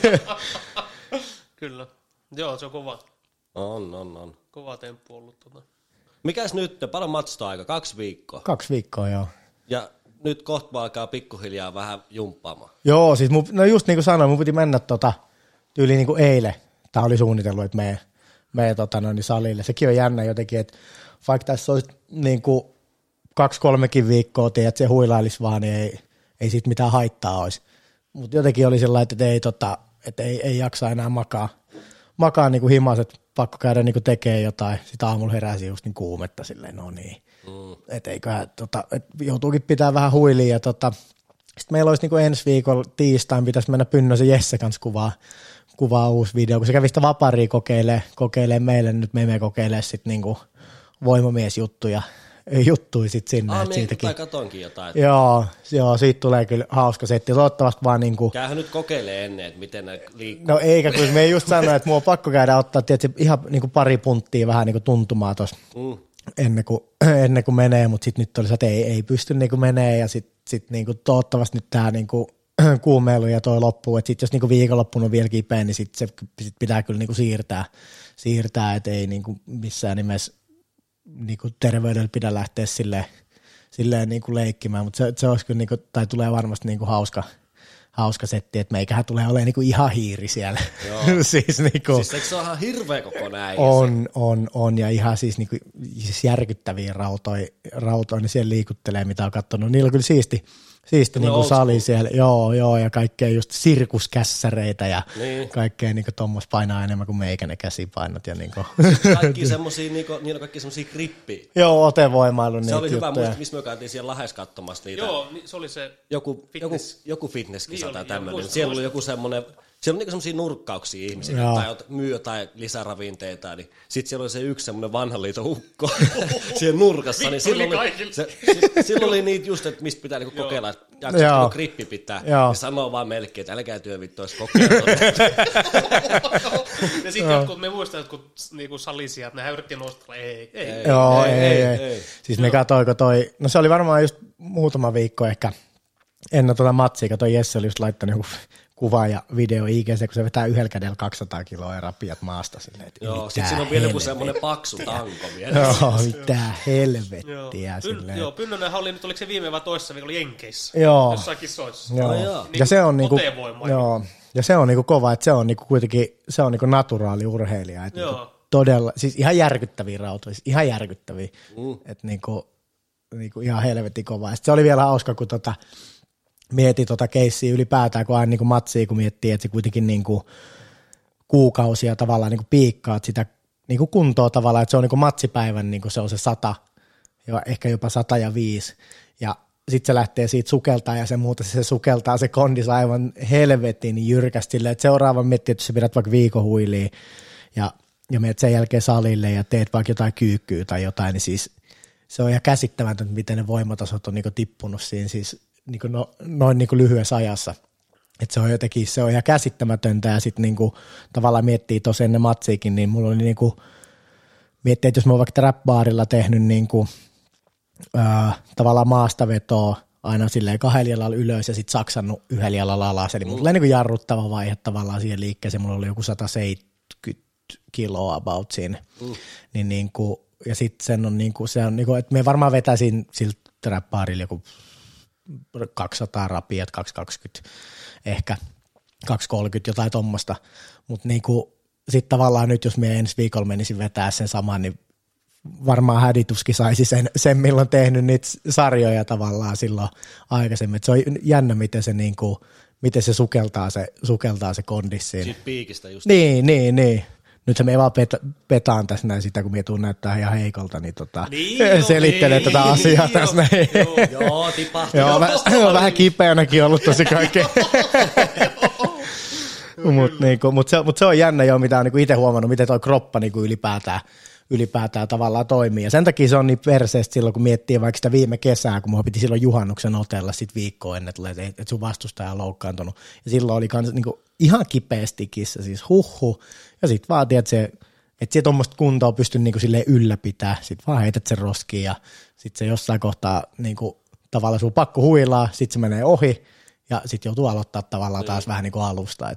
Speaker 1: Kyllä. Joo, se on kova.
Speaker 3: On.
Speaker 1: Kova temppu ollut.
Speaker 3: Mikäs nyt? Paljon matsta aika? 2 viikkoa?
Speaker 2: 2 viikkoa, joo. Ja
Speaker 3: nyt kohta alkaa pikkuhiljaa vähän jumppaamaan.
Speaker 2: Joo, siis just niin kuin sanoin, mun piti mennä tyyliin niin kuin eilen. Tämä oli suunnitellut, että mene salille. Sekin on jännä jotenkin, että vaikka tässä olisi niin kuin 2-3 viikkoa, että se huilailisi vaan, niin ei siitä mitään haittaa olisi. Mutta jotenkin oli sellainen, että ei jaksa enää makaa niin kuin himas, että pakko käydä niin kuin tekemään jotain. Sitten aamulla heräsi just niin kuumetta silleen, no niin. Että eiköhän, joutuukin pitää vähän huiliin ja sitten meillä olisi niinku ensi viikolla tiistain, pitäisi mennä Pynnösen Jesse kanssa kuvaa uusi video, kun se kävi sitä vaparia kokeilee meille, nyt me emme kokeile sitten niinku voimamiesjuttuja sitten sinne.
Speaker 3: Siitäkin. Katonkin jotain.
Speaker 2: Joo, siitä tulee kyllä hauska setti. Toivottavasti vaan niinku.
Speaker 3: Käyhän nyt kokeilee ennen, että miten ne liikkuu.
Speaker 2: No eikä, kun me just sanoin, että mua on pakko käydä ottaa tietysti ihan niinku pari punttia vähän niinku tuntumaa tuossa. Ennen kuin menee, mutta sitten nyt oli se, että ei pysty niinku menee ja sitten niinku toivottavasti nyt tämä niinku kuumeilu ja toi loppuu, että sitten jos niinku viikonloppuun on vielä kipeä, niin sitten se pitää kyllä niinku siirtää, että ei niinku missään nimessä niinku terveydellä pidä lähteä silleen niinku leikkimään, mutta se olisi kyllä niinku, tai tulee varmasti niinku hauska setti, että meikähän tulee olemaan niinku ihan hiiri siellä.
Speaker 3: siis eikö se ole ihan hirveä koko näin?
Speaker 2: On, ja ihan siis järkyttäviä rautoja, niin siellä liikuttelee, mitä on katsonut. Niillä on kyllä siisti niinku sali siellä, joo, ja kaikkea just sirkuskässäreitä ja kaikkea niinku tommos painaa enemmän kuin meikä ne käsipainot. Ja niinku.
Speaker 3: Kaikki semmosia, niillä on kaikki semmosia grippiä.
Speaker 2: Joo, otevoimailu.
Speaker 3: Se oli hyvä muista, missä me käytiin siellä Lahes katsomassa niitä.
Speaker 1: Joo, se oli se
Speaker 3: joku fitnesskisa tai tämmöinen. Siellä oli joku semmoinen, siellä on niinku semmosia nurkkauksia ihmisiä, tai myy jotain lisäravinteita, niin sit siellä oli se yksi semmoinen vanhan liiton ukko siellä nurkassa, niin silloin oli niitä just, että mistä pitää niinku kokeilla, että jaksaa grippi pitää, niin sanoo vaan melkein, että älkää työ vittu edes kokeilla.
Speaker 1: Ja sitten jotkut, me muistan, että kun niinku salisijat, ne yritti nostella, ei.
Speaker 2: Siis me katoiko no se oli varmaan just muutama viikko ehkä ennen tuota matsia, kun toi Jesse oli just laittanut joku kuva ja video IGC, kun se vetää yhdellä kädellä 200 kiloa ja rapiat maasta silleen.
Speaker 3: Joo, sit siinä on vielä joku semmoinen paksu tanko vielä.
Speaker 2: Joo, mitä helvettiä silleen.
Speaker 1: Joo, Pynnönenhän oli nyt, oliko se viime vai toisessa viikolla Jenkeissä?
Speaker 2: Joo.
Speaker 1: Jossain kisoissa.
Speaker 2: Joo. Ja se on niinku, ja se on niinku kova, että se on niinku kuitenkin, se on niinku naturaali urheilija. Että niinku todella, siis ihan järkyttäviä rautoja, siis ihan järkyttäviä. Että niinku ihan helvetin kova. Ja sit se oli vielä hauska, kun mieti keissiä ylipäätään, kun aina niin matsia, kun miettii, että se kuitenkin niin kuin kuukausia tavallaan niin kuin piikkaat sitä niin kuin kuntoa tavallaan, että se on niin kuin matsipäivän, niin kuin se on se 100, ja ehkä jopa 105, ja sitten se lähtee siitä sukeltaa, ja se sukeltaa se kondis aivan helvetin jyrkästi, että seuraavan miettii, että sä pidät vaikka viikon huiliin, ja menet sen jälkeen salille, ja teet vaikka jotain kyykkyä tai jotain, niin siis se on ihan käsittämätöntä, miten ne voimatasot on niin kuin tippunut siinä siis noin niin kuin lyhyessä ajassa. Että se on jotenkin, se on ihan käsittämätöntä ja sitten niin kuin tavallaan miettii tosi ennen matsiikin, niin mulla oli niin kuin, miettii, että jos mä oon vaikka trap-baarilla tehnyt niin kuin, tavallaan maastavetoa aina silleen 2 jalalla ylös ja sitten saksannut 1 jalalla alas, eli mulla oli niin kuin jarruttava vaihe tavallaan siihen liikkeeseen, mulla oli joku 170 kiloa about siinä, niin kuin, ja sitten sen on niin kuin, se on niin kuin, että me varmaan vetäisin siltä trap-baarilla joku 200 rapiat, 220, ehkä 230, jotain tommoista, mutta niinku, sitten tavallaan nyt, jos me ensi viikolla menisin vetää sen saman, niin varmaan hädituskin saisi sen milloin tehnyt niitä sarjoja tavallaan silloin aikaisemmin, että se on jännä, miten se, niinku, miten se sukeltaa se kondissiin.
Speaker 3: Siitä piikistä just.
Speaker 2: Niin. Nyt se me vaan petaan tässä näin sitä, kun me tuun näyttää ihan heikolta, niin, selittelee tätä asiaa tässä näin.
Speaker 3: Joo, tipahti.
Speaker 2: Joo, vähän kipeänäkin ollut tosi kaikkea. Mutta se on jännä jo, mitä on niinku itse huomannut, miten tuo kroppa niinku ylipäätään tavallaan toimii. Ja sen takia se on niin perseestä silloin, kun miettii vaikka sitä viime kesää, kun mua piti silloin juhannuksen otella sit viikkoa ennen, että sun vastustaja on loukkaantunut. Ja silloin oli kans niinku ihan kipeästikissä, siis ja sit vaatii, että se tuommoista kuntoa pystyy niinku silleen ylläpitää. Sit vaan heität sen roskiin ja sit se jossain kohtaa niinku, tavallaan sun pakko huilaa, sit se menee ohi ja sit joutuu aloittaa tavallaan taas vähän niinku alusta.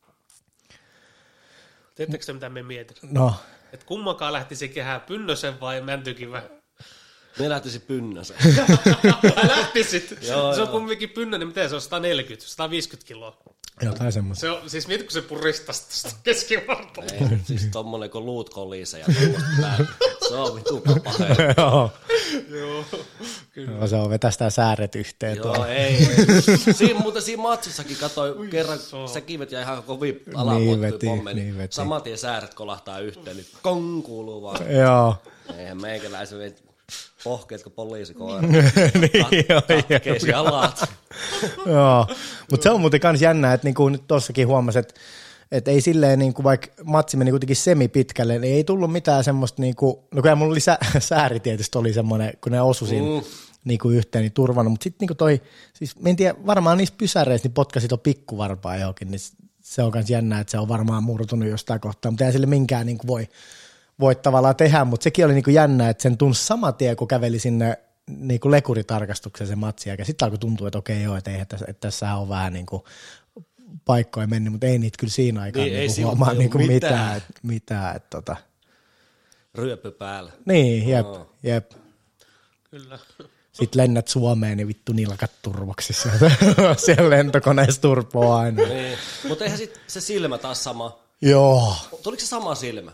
Speaker 1: Teettekö te mitä me mietin?
Speaker 2: No.
Speaker 1: Että kummankaan lähtisi kehään, Pynnösen vai Mäntykivä?
Speaker 3: Me lähtisin Pynnösen.
Speaker 1: Lähtisit? Se on kumminkin Pynnönen, miten se on, 140, 150 kiloa.
Speaker 2: Jotain semmoista.
Speaker 1: Se on, siis mietitkö se puristaisi tuosta keskivartaloa?
Speaker 3: Siis tommonen kuin luut kolise ja tuommoista päälle. Se on vitun pahe.
Speaker 2: Joo, kyllä. Se on vetästää sääret yhteen.
Speaker 3: Joo, ei. Siinä matsissakin katsoin kerran, se kivet jäi ihan kovin alapuottui pomme, niin saman tien sääret kolahtaa yhteen, niin kong kuuluu vaan.
Speaker 2: Joo.
Speaker 3: Eihän meikäläisen pohkeetko poliisikoira.
Speaker 2: Niin,
Speaker 3: Keisi alat.
Speaker 2: Joo, mutta se on muuten kans jännä, että niinku nyt tossakin huomasi, että ei silleen, niinku, vaikka matsi meni kuitenkin semipitkälle, niin ei tullut mitään semmoista, niinku, no kyllä mulla oli sääri tietysti oli semmoinen, kun ne osui siinä niinku yhteen, niin turvannut, mutta sitten niinku toi, siis en tiedä, varmaan niissä pysäreissä niin potkasit on pikkuvarpaa johonkin, niin se on kans jännä, että se on varmaan murtunut jostain kohtaa, mutta ei sille minkään niinku voi tavallaan tehdä, mutta sekin oli niinku jännä, että sen tunsi saman tien, kun käveli sinne niinku lekuritarkastukseen se matsi, ja sitten alkoi tuntua, että okei joo, että tässä on vähän niinku paikkoja mennyt, mutta ei niitä kyllä siinä aikaan niin, niinku huomaa niinku mitään.
Speaker 3: Ryöpy päällä.
Speaker 2: Niin, jep.
Speaker 1: Kyllä.
Speaker 2: Sitten lennät Suomeen, niin vittu nilkat turvoksissa. Siellä lentokoneessa turpoa aina.
Speaker 3: Niin. Mutta eihän se silmä taas sama.
Speaker 2: Joo.
Speaker 3: Tuliko se sama silmä?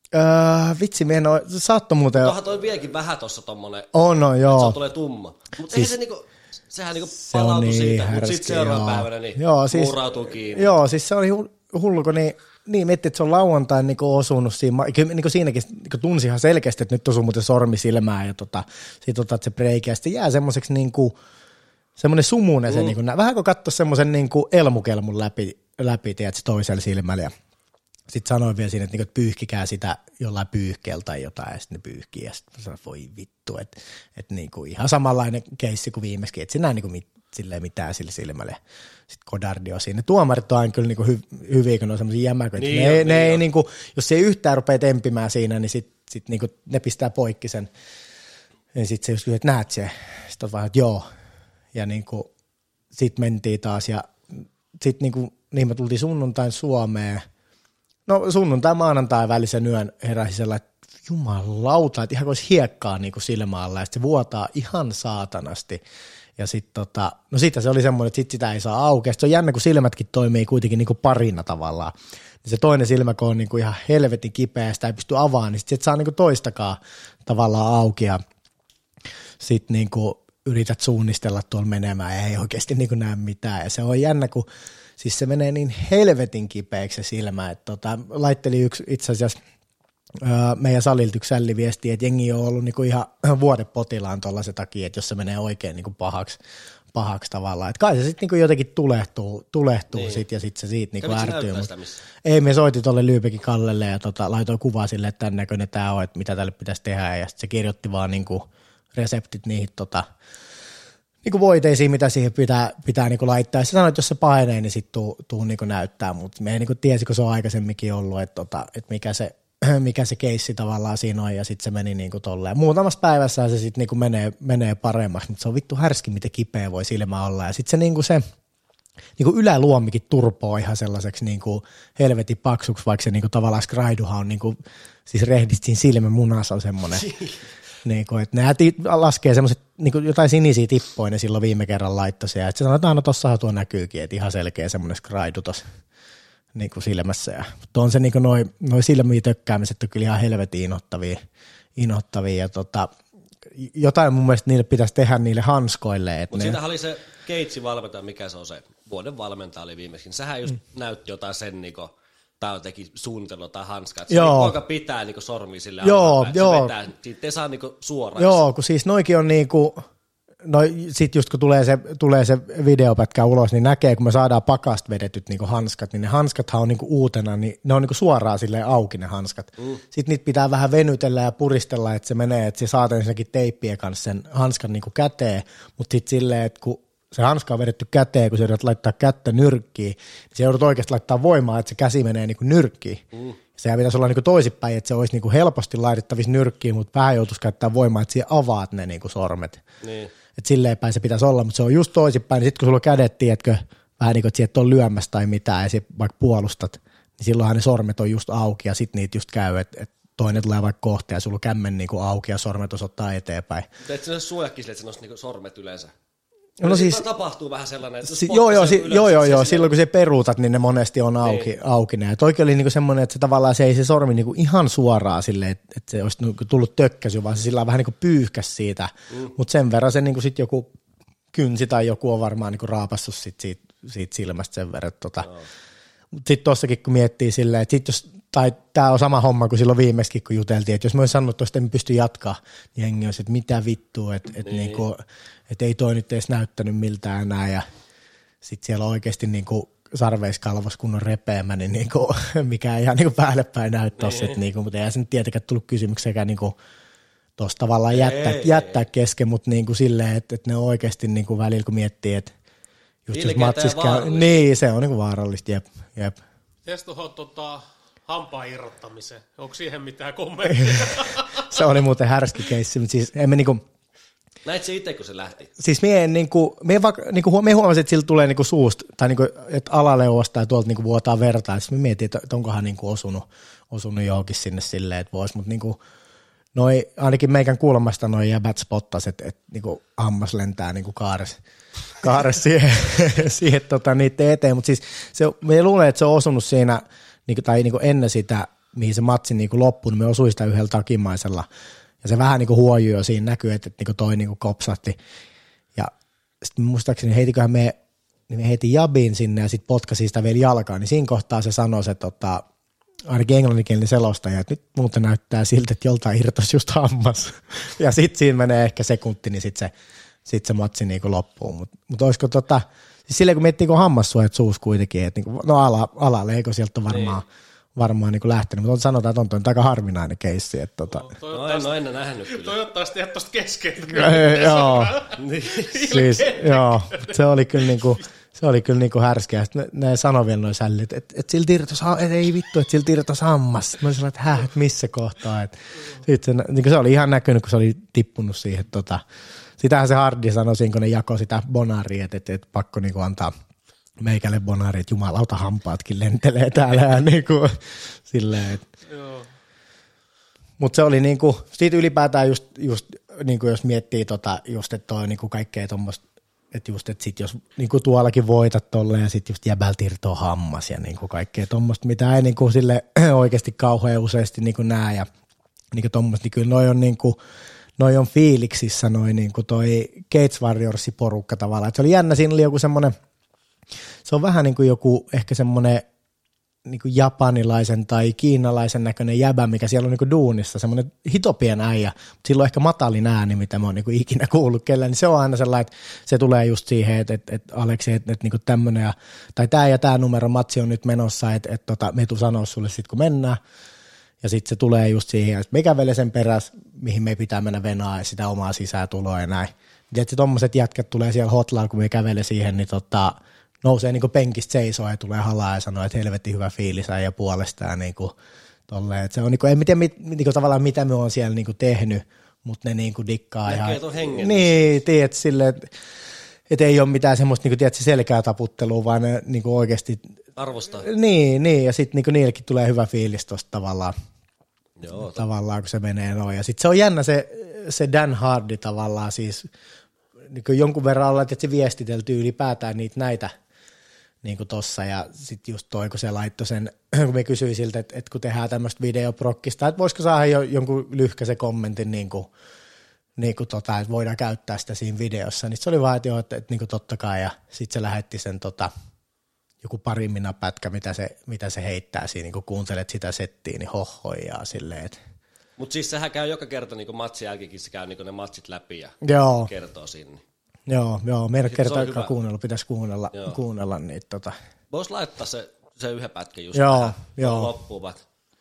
Speaker 2: Vitsi, me en ole, saattoi muuten...
Speaker 3: Tuohan toi vieläkin vähän tossa tommonen,
Speaker 2: no, joo.
Speaker 3: että se tulee tumma. Mutta siis, eihän se niinku, sehän niinku palautui
Speaker 2: niin
Speaker 3: siitä, mutta sitten seuraavana päivänä niin muurautuu kiinni.
Speaker 2: Joo, siis se oli hullu, kun niin miettii, että se on lauantain niinku osunut siinä, niinku siinäkin niinku tunsi ihan selkeästi, että nyt osuu muuten sormi silmään ja sit otat se breikki ja sitten jää semmoiseksi niinku, semmoinen sumunen se, niinku, vähän kun katsoi semmoisen niinku elmukelmun läpi tiedätkö, toisella silmällä ja sitten sanoin vielä siinä, että pyyhkikää sitä jollain pyyhkeellä tai jotain, ja sitten ne pyyhkii, ja sitten sanoin, voi vittu, että niinku ihan samanlainen keissi kuin viimeiskin, että sinä niinku silleen mitään sillä silmällä. Sitten Godardi on siinä. Tuomarit on aina kyllä niinku hyviä, kun ne on semmoisia jämäköitä. Niin, ne ei niinku, jos se ei yhtään rupea tempimään siinä, niin sit niinku ne pistää poikki sen. Ja sitten se just kysyy, että näet se. Sitten on vaan, että joo. Ja niinku, sitten mentiin taas, ja sitten niinku, niin me tultiin sunnuntain Suomeen. No sunnuntai maanantai välisen yön heräsi sellainen, että jumalauta, että ihan kuin olisi hiekkaa niin kuin silmällä ja sitten se vuotaa ihan saatanasti. Ja sitten no siitä se oli semmoinen, että sit sitä ei saa auki. Se on jännä, kun silmätkin toimii kuitenkin niin kuin parina tavallaan. Niin se toinen silmä, kun on niin kuin ihan helvetin kipeä ja sitä ei pysty avaamaan, niin sitten et saa niin kuin toistakaan tavallaan auki. Ja sitten niin kuin yrität suunnistella tuolla menemään ja ei oikeasti niin kuin näe mitään. Ja se on jännä, kun siis se menee niin helvetin kipeäksi se silmä, että laitteli itse asiassa meidän salilta yksi sälliviesti, että jengi on ollut niinku ihan vuodepotilaan tuollaisen takia, että jos se menee oikein niinku pahaksi tavallaan. Että kai se sitten niinku jotenkin tulehtuu niin. Sit ja sitten se siitä niinku ärtyy. Ei, me soitin tuolle Lyybekin Kallelle ja laitoin kuvaa sille, että tämän näköinen tämä on, että mitä tälle pitäisi tehdä ja sitten se kirjoitti vaan niinku reseptit niihin niinku voiteisiin, mitä siihen pitää niinku laittaa. Ja se sanoi, että jos se painee, niin sitten tuu niinku näyttää, mutta me ei niinku tiesi, kun se on aikaisemminkin ollut, että mikä se keissi tavallaan siinä on, ja sitten se meni niinku tolleen. Muutamassa päivässä se sitten niinku menee paremmaksi, mutta se on vittu härski, miten kipeä voi silmä olla. Ja sitten se niinku se niinku yläluomikin turpoo ihan sellaiseksi niinku helvetin paksuksi, vaikka se niinku tavallaan skraiduhan on niinku, siis rehdisti siinä silmän munassa on semmoinen. Niinku, että ne laskee semmoiset niinku jotain sinisiä tippoja, ne silloin viime kerran laittoi se, ja se sanoo, että no tossahan tuo näkyykin, että ihan selkeä semmoinen skraidu tuossa niinku silmässä. Mutta on se niinku noi silmiä tökkäämiset on kyllä ihan helvetin inhottavia ja jotain mun mielestä niille pitäisi tehdä niille hanskoille.
Speaker 3: Mutta siitähän oli se Keitsi-valmentaja, mikä se on se vuoden valmentaja oli viimeiskin. Sähän just näytti jotain sen niinku, tai jotenkin suunnitelua tai hanskaa, että se poika pitää niinku sormi sille alapäälle, se vetää, siitä ei saa niinku suoraan.
Speaker 2: Joo, kun siis noikin on niinku, no sit just kun tulee se videopätkä ulos, niin näkee, kun me saadaan pakasta vedetyt niinku hanskat, niin ne hanskathan on niinku uutena, niin ne on niinku suoraan silleen auki ne hanskat. Sitten niitä pitää vähän venytellä ja puristella, että se menee, että se saa ensinnäkin teippien kanssa sen hanskan niinku käteen, mutta sitten silleen, että kun se hanska on vedetty käteen, kun se joudut laittaa kättä nyrkkiin, niin se joudut oikeasti laittaa voimaa, että se käsi menee niinku nyrkkiin. Sehän pitäisi olla niinku toisinpäin, että se olisi niinku helposti laitettavissa nyrkkiin, mutta vähän joutuisi käyttää voimaa, että siihen avaat ne niinku sormet. Niin. Että silleen päin se pitäisi olla, mutta se on just toisinpäin, niin sitten kun sulla on kädet, tiedätkö, vähän niin kuin, että sieltä on lyömässä tai mitään, ja sitten vaikka puolustat, niin silloinhan ne sormet on just auki, ja sitten niitä just käy, että toinen tulee vaikka kohta, ja sulla on kämmen niin kuin auki, ja sormet osoittaa eteenpäin.
Speaker 3: Mutta et se suojakin sille, että se nosti niin sormet yleensä?
Speaker 2: No siis,
Speaker 3: tapahtuu vähän sellainen, että
Speaker 2: joo, silloin kun se peruutat, niin ne monesti on auki ne. Ja toikin oli niinku semmoinen, että se tavallaan se ei se sormi niinku ihan suoraan silleen, että se olisi niinku tullut tökkäsy, vaan se sillä vähän niinku pyyhkäs siitä. Mutta sen verran se niinku sit joku kynsi tai joku on varmaan niinku raapassut siitä silmästä sen verran. Mutta sitten tossakin kun miettii silleen, että sit jos, tai tämä on sama homma kuin silloin viimeiskin, kun juteltiin, että jos mä olisin sanonut, että en pysty jatkaa, niin jengi olisi, että mitä vittua, että niinku, että ei toi nyt edes näyttänyt miltään enää, ja sitten siellä on oikeasti niinku sarveiskalvos kunnon repeämä, niin niinku, mikä ihan niinku päälle päin näyttäisi, niinku, mutta eihän se nyt tietenkään tullut kysymyksenkään niinku tuossa tavallaan jättää kesken, mutta niinku silleen, että ne on oikeasti niinku välillä, kun miettii, että just jos matsis käy, niin se on niinku vaarallista, jep.
Speaker 1: Ties tuohon hampaan irrottamiseen, onko siihen mitään kommenttia?
Speaker 2: Se oli muuten härski keissi, mutta siis emme niinku.
Speaker 3: Näit se itse, kun se lähti?
Speaker 2: Siis me huomasin, että sillä tulee niinku suusta, tai niinku, että alaleuosta ja tuolta niinku vuotaa vertaa. Sitten me mietin, että onkohan niinku osunut johonkin sinne silleen, että vois, mutta niinku, ainakin meikän kulmasta noi jäbät spottas, että niinku hammas lentää niinku kaares siihen niiden eteen, mutta siis me luulen, että se on osunut siinä, niinku ennen sitä, mihin se matsi niinku loppui, niin me osui sitä yhdellä takimaisella, ja se vähän niinku huojui jo siinä näkyy, että niinku toi niinku kopsahti, ja sitten muistaakseni heitiköhän me heitin jabin sinne ja sitten potkasi sitä vielä jalkaan, niin siinä kohtaa se sanoi se ainakin englanninkielinen selostaja, että nyt muuten näyttää siltä, että joltain irtosi just hammas. Ja sitten siinä menee ehkä sekunti, niin sitten se matsi niinku loppuu. Mutta olisiko siis silleen kun miettii, kun hammassuojat suus kuitenkin, että niinku, no alalle, eikö sieltä ole varmaan niinku lähtenyt, mutta sanotaan, että on aika harvinainen keissi.
Speaker 3: No en nähnyt kyllä.
Speaker 1: Toivottavasti et tosta keskeltä.
Speaker 2: Joo, siis joo, se oli kyllä niinku härskeä. Sitten ne sanoi vielä noin sällit, että silti irtos hammas. Mä olisin, että missä kohtaa. Sitten se oli ihan näkynyt, kun se oli tippunut siihen. Sitähän se Hardi sanoi siinä, kun ne jakoi sitä bonaria, että pakko niinku antaa meikälle bonari, että jumalauta hampaatkin lentelee täällä. Ja niinku, silleen, mutta se oli niinku, siitä ylipäätään just niinku jos miettii just, että toi niinku kaikkea tuommoista, että just, että sit jos niinku tuollakin voitat tolleen ja sit just jäbältä irtoaa hammas ja niinku kaikkea tuommoista, mitä ei niinku sille oikeasti kauhean useasti niinku näe ja niinku tuommoista, niin kyllä noi on fiiliksissä niinku toi Cage Warriorsi porukka tavallaan, että se oli jännä, siinä oli joku semmoinen, se on vähän niin kuin joku ehkä semmoinen niin kuin japanilaisen tai kiinalaisen näköinen jäbä, mikä siellä on niin kuin duunissa, semmoinen hitopien äijä, mutta sillä on ehkä matalin ääni, mitä mä oon niin kuin ikinä kuullut kellään, niin se on aina sellainen, että se tulee just siihen, että Aleksi, että niin kuin tämmöinen, tai tämä ja tämä numero matsi on nyt menossa, että me tuu sanoa sulle sitten, kun mennään, ja sitten se tulee just siihen, että me kävelee sen perässä, mihin me pitää mennä venaa ja sitä omaa sisääntuloa ja näin. Ja sitten tommoset jätkät tulee siellä hotlalla, kun me kävelee siihen, niin nousee niin penkistä seisoo ja tulee halaa ja sanoo, että helvetin hyvä fiilis ja puolestaan niin tolleen. Se on niin kuin, en tiedä niin tavallaan mitä me on siellä niin tehnyt, mutta ne niin dikkaa.
Speaker 3: Näkee tuon hengen.
Speaker 2: Niin, tiedät silleen, että ei ole mitään semmoista niin tiedät, selkää taputtelua, vaan ne niin oikeasti
Speaker 3: arvostaa.
Speaker 2: Niin, ja sitten niin niillekin tulee hyvä fiilis tuosta tavallaan, kun se menee noin. Ja sitten se on jännä se Dan Hardy tavallaan siis, niin jonkun verran ollaan tietysti viestitelty ylipäätään näitä niin kuin tossa, ja sitten just toi, kun se laittoi sen, kun me kysyin siltä, että kun tehdään tämmöistä videoprokkista, että voisiko saada jonkun lyhkäisen kommentin, että voidaan käyttää sitä siinä videossa, niin se oli vaan, että joo, että niin kuin totta kai, ja sitten se lähetti sen joku pari pätkä, mitä se heittää siinä, niin kun kuuntelet sitä settiä, niin hohhoijaa silleen, että
Speaker 3: mutta siis sehän käy joka kerta niin matsin jälkeenkin, se käy niin ne matsit läpi ja kertoo sinne.
Speaker 2: Joo, meidän kertaa aikaa kuunnella, pitäisi kuunnella niitä.
Speaker 3: Voisi laittaa se yhden pätkän just tähän loppuun,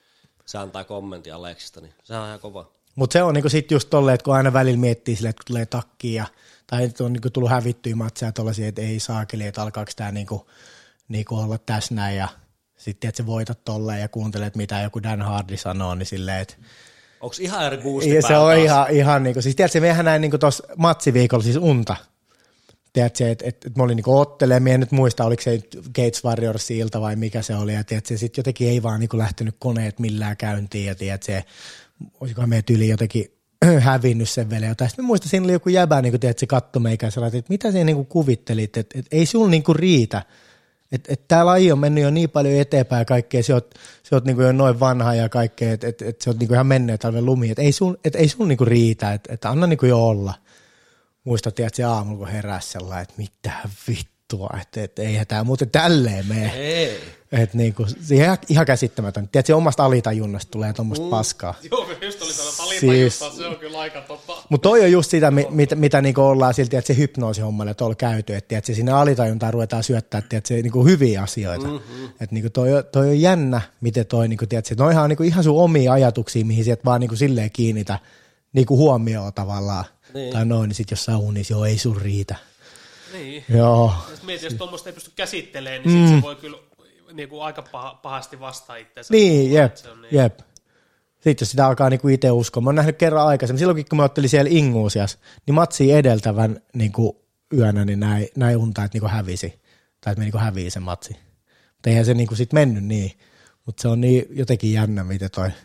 Speaker 3: se antaa kommentin Aleksista, niin se on ihan kova.
Speaker 2: Mutta se on niinku sit just tolleen, että kun aina välillä miettii silleen, että kun tulee takkiin tai on niinku tullut hävittyä matseja tollaisia, että ei saakeli, että alkaako tämä niinku olla tässä näin ja sitten että sä voitat tolleen ja kuuntelet mitä joku Dan Hardy sanoo, niin silleen, että
Speaker 3: onko ihan eri boosti päällä?
Speaker 2: Se on ihan niinku, siis tiedätkö, mehän näin niinku tuossa matsiviikolla siis unta. Tiedätkö, että mä olin niinku ottelemaan, en nyt muista, oliko se Cage Warriorsilta vai mikä se oli, ja tiedätkö, sitten jotenkin ei vaan niinku lähtenyt koneet millään käyntiin, ja tiedätkö, olisikohan meidän yli jotenkin hävinnyt sen vielä jotain. Sitten mä muistan, siinä oli joku jäbä, niinku, tiedätkö, katto meikä, että mitä sä niinku kuvittelit, että ei sulla niinku riitä. Että tämä laji on mennyt jo niin paljon eteenpäin ja kaikkea, sä oot niinku jo noin vanha ja kaikkea, että sä oot niinku ihan menneet talven lumi, että ei sun niinku riitä, että anna niinku jo olla. Muistat, että se aamulla kun heräsi sellainen, että mitä vittua, että eihän tämä muuten tälleen mene. Että niinku, ihan käsittämätön. Tiedätkö, omasta alitajunnasta tulee tuommoista paskaa.
Speaker 1: Joo, just oli tällaista alitajunnasta, se on kyllä aika
Speaker 2: Mutta toi on just sitä, mitä niinku ollaan silti, että se hypnoosihommalla tuolla käyty, että tiedätkö, sinne alitajuntaan ruvetaan syöttää, tiedätkö, niinku hyviä asioita. Että niinku toi on jännä, miten toi, niinku, tiedätkö, noihan on niinku ihan sun omia ajatuksia, mihin sieltä vaan niinku silleen kiinnitä niinku huomioon tavallaan. Niin. Tai noin, niin sitten jossain unissa, joo, ei sun riitä.
Speaker 1: Niin.
Speaker 2: Joo.
Speaker 1: Mietin, jos tuommoista ei pysty käsittelemään, niin sitten se voi kyllä niinku aika pahasti vastaa itseänsä.
Speaker 2: Niin, jep. Sitten jos sitä alkaa niinku itse uskoa. Mä oon nähnyt kerran aikaisemmin, silloinkin kun mä ottelin siellä Inguusias, niin matsia edeltävän niinku yönä, niin näin unta, että niinku hävisi. Tai että me niinku hävii se matsi. Mutta eihän se niinku sit mennyt niin. Mutta se on niin jotenkin jännä, miten toi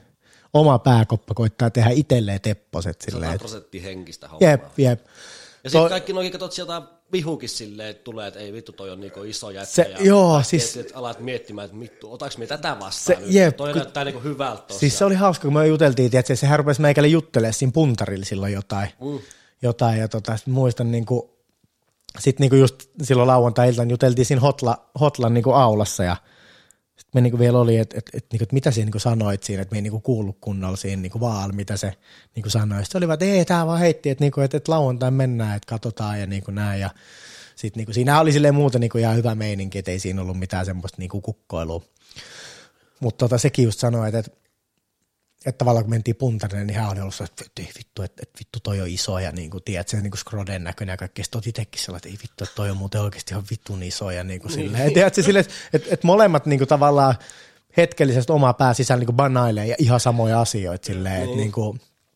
Speaker 2: oma pääkoppa koittaa tehdä itselleen tepposet.
Speaker 3: 100% henkistä hommaa.
Speaker 2: Jep.
Speaker 3: Ja sitten kaikki noikin katsot sieltä vihukin silleen, että tulee, että ei vittu, toi on niinku iso jätkä. Siis alat miettimään, että vittu, otaks me tätä vastaan nyt? Toi näyttää niinku hyvältä tosiaan.
Speaker 2: Siis se oli hauska, kun me juteltiin, että sehän rupesi meikälle juttelemaan siinä puntarilla silloin jotain ja muistan niinku, sit niinku just silloin lauantai-iltana juteltiin siinä Hotlan niinku aulassa ja sitten me niinku vielä oli, että mitä siinä niinku sanoit siinä, että me ei niinku kuullut kunnolla siinä niinku vaan, mitä se niinku sanoi. Sitten oli vaan, että ei, tää vaan heitti, että niinku, lauantai mennään, että katsotaan ja niinku näin. Ja sitten niinku, siinä oli silleen muuten niinku ihan hyvä meininki, että ei siinä ollut mitään semmoista niinku kukkoilua. Mutta sekin just sanoi, että tavallaan kun mentiin puntarille, niin hän oli ollut että vittu toi on iso ja niinku, tiedät, se niinku Skroden näköinen ja kaikkea. Sitten otit itsekin sellainen, että ei vittu, että toi on muuten oikeasti ihan vittun iso ja niinku silleen. Tiedätkö silleen, että molemmat niinku tavallaan hetkellisesti omaa pää sisällä niinku banailee ja ihan samoja asioita silleen, että niinku,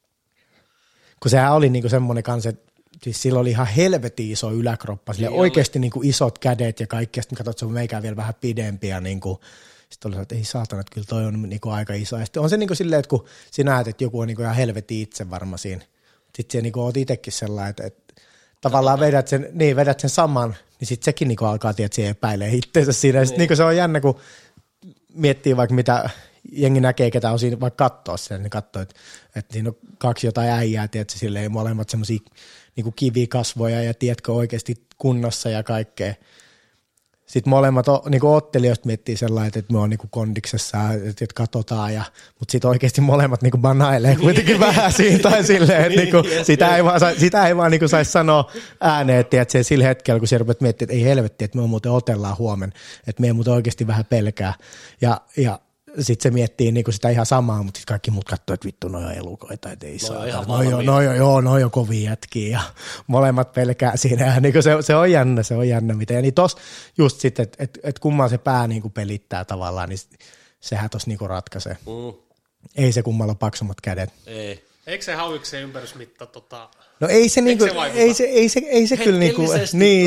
Speaker 2: kun sehän oli niinku semmoinen kanssa, että siis sillä oli ihan helvetin iso yläkroppa, silleen oikeasti niinku isot kädet ja kaikki, ja sitten katsot, se on meikään vielä vähän pidempi ja niinku, sitten oli että ei saatana, että kyllä toi on niinku aika iso. Ja sitten on se niinku silleen, että kun sinä näet, että joku on niinku ihan helvetin itse varma siinä. Sitten se niinku oot itsekin sellainen, että tavallaan vedät sen saman, niin sitten sekin niinku alkaa tietää, että se epäilee itseensä siinä. Ja sitten niinku se on jännä, kun miettii vaikka mitä jengi näkee, ketä on siinä vaikka kattoo sen, niin katsoo, että siinä on kaksi jotain äijää, tiedätkö, silleen molemmat semmoisia niinku kivikasvoja ja tiedätkö oikeasti kunnossa ja kaikkea. Sitten molemmat niinku ottelijoista miettii sellainen, että me on niinku kondiksessa, että katsotaan, mutta sitten oikeasti molemmat niinku banailee kuitenkin vähän siinä tai silleen, että niinku, sitä ei vaan niinku saisi sanoa ääneen, että sillä hetkellä, kun sä rupeat miettimään, että ei helvetti, että me muuten otellaan huomenna, että me muuten oikeasti vähän pelkää. Ja sitten se miettii niinku sitä ihan samaa, mutta sitten kaikki muut katsoo, että vittu, noi on elukoita, että ei saa. Noi on kovia jätkiä ja molemmat pelkää siinä. Ja niinku se on jännä miten. Ja niin tossa just sitten, että kumman se pää niinku pelittää tavallaan, niin sehän tossa niinku ratkaisee. Ei se kummalla paksummat kädet.
Speaker 3: Ei.
Speaker 1: Eikö se hauikseen ympärysmitta
Speaker 2: No ei se niinku, ei se kyllä niinku, niin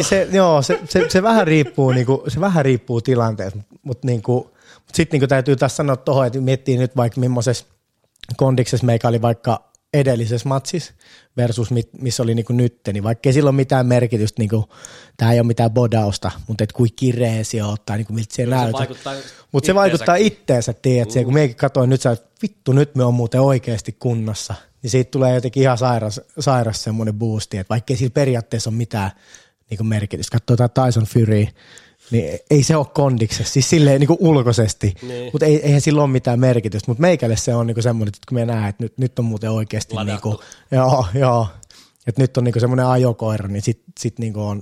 Speaker 2: se vähän riippuu niinku, se vähän riippuu tilanteesta, mutta niinku, sitten niin täytyy taas sanoa tuohon, että miettii nyt vaikka millaisessa kondiksessa meikä oli vaikka edellisessä matsissa versus missä oli niin nyt, niin vaikka ei sillä ole mitään merkitystä, niin tämä ei ole mitään bodausta, mutta että kuin kireä se on, tai niin miltä se näyttää. Mutta se vaikuttaa itteensä, tiedätkö, kun meikin katsoin nyt, että vittu nyt me on muuten oikeasti kunnossa, niin siitä tulee jotenkin ihan sairas semmoinen boosti, että vaikka ei sillä periaatteessa ole mitään niin merkitystä. Katsotaan Tyson Fury, niin ei se ole kondiksessa, siis silleen niin kuin ulkoisesti, mutta eihän sillä ole mitään merkitystä, mutta meikälle se on niin kuin semmoinen, että kun me näen, että nyt on muuten oikeasti, niin kuin, joo, että nyt on niin kuin semmoinen ajokoira, niin sit niin kuin on,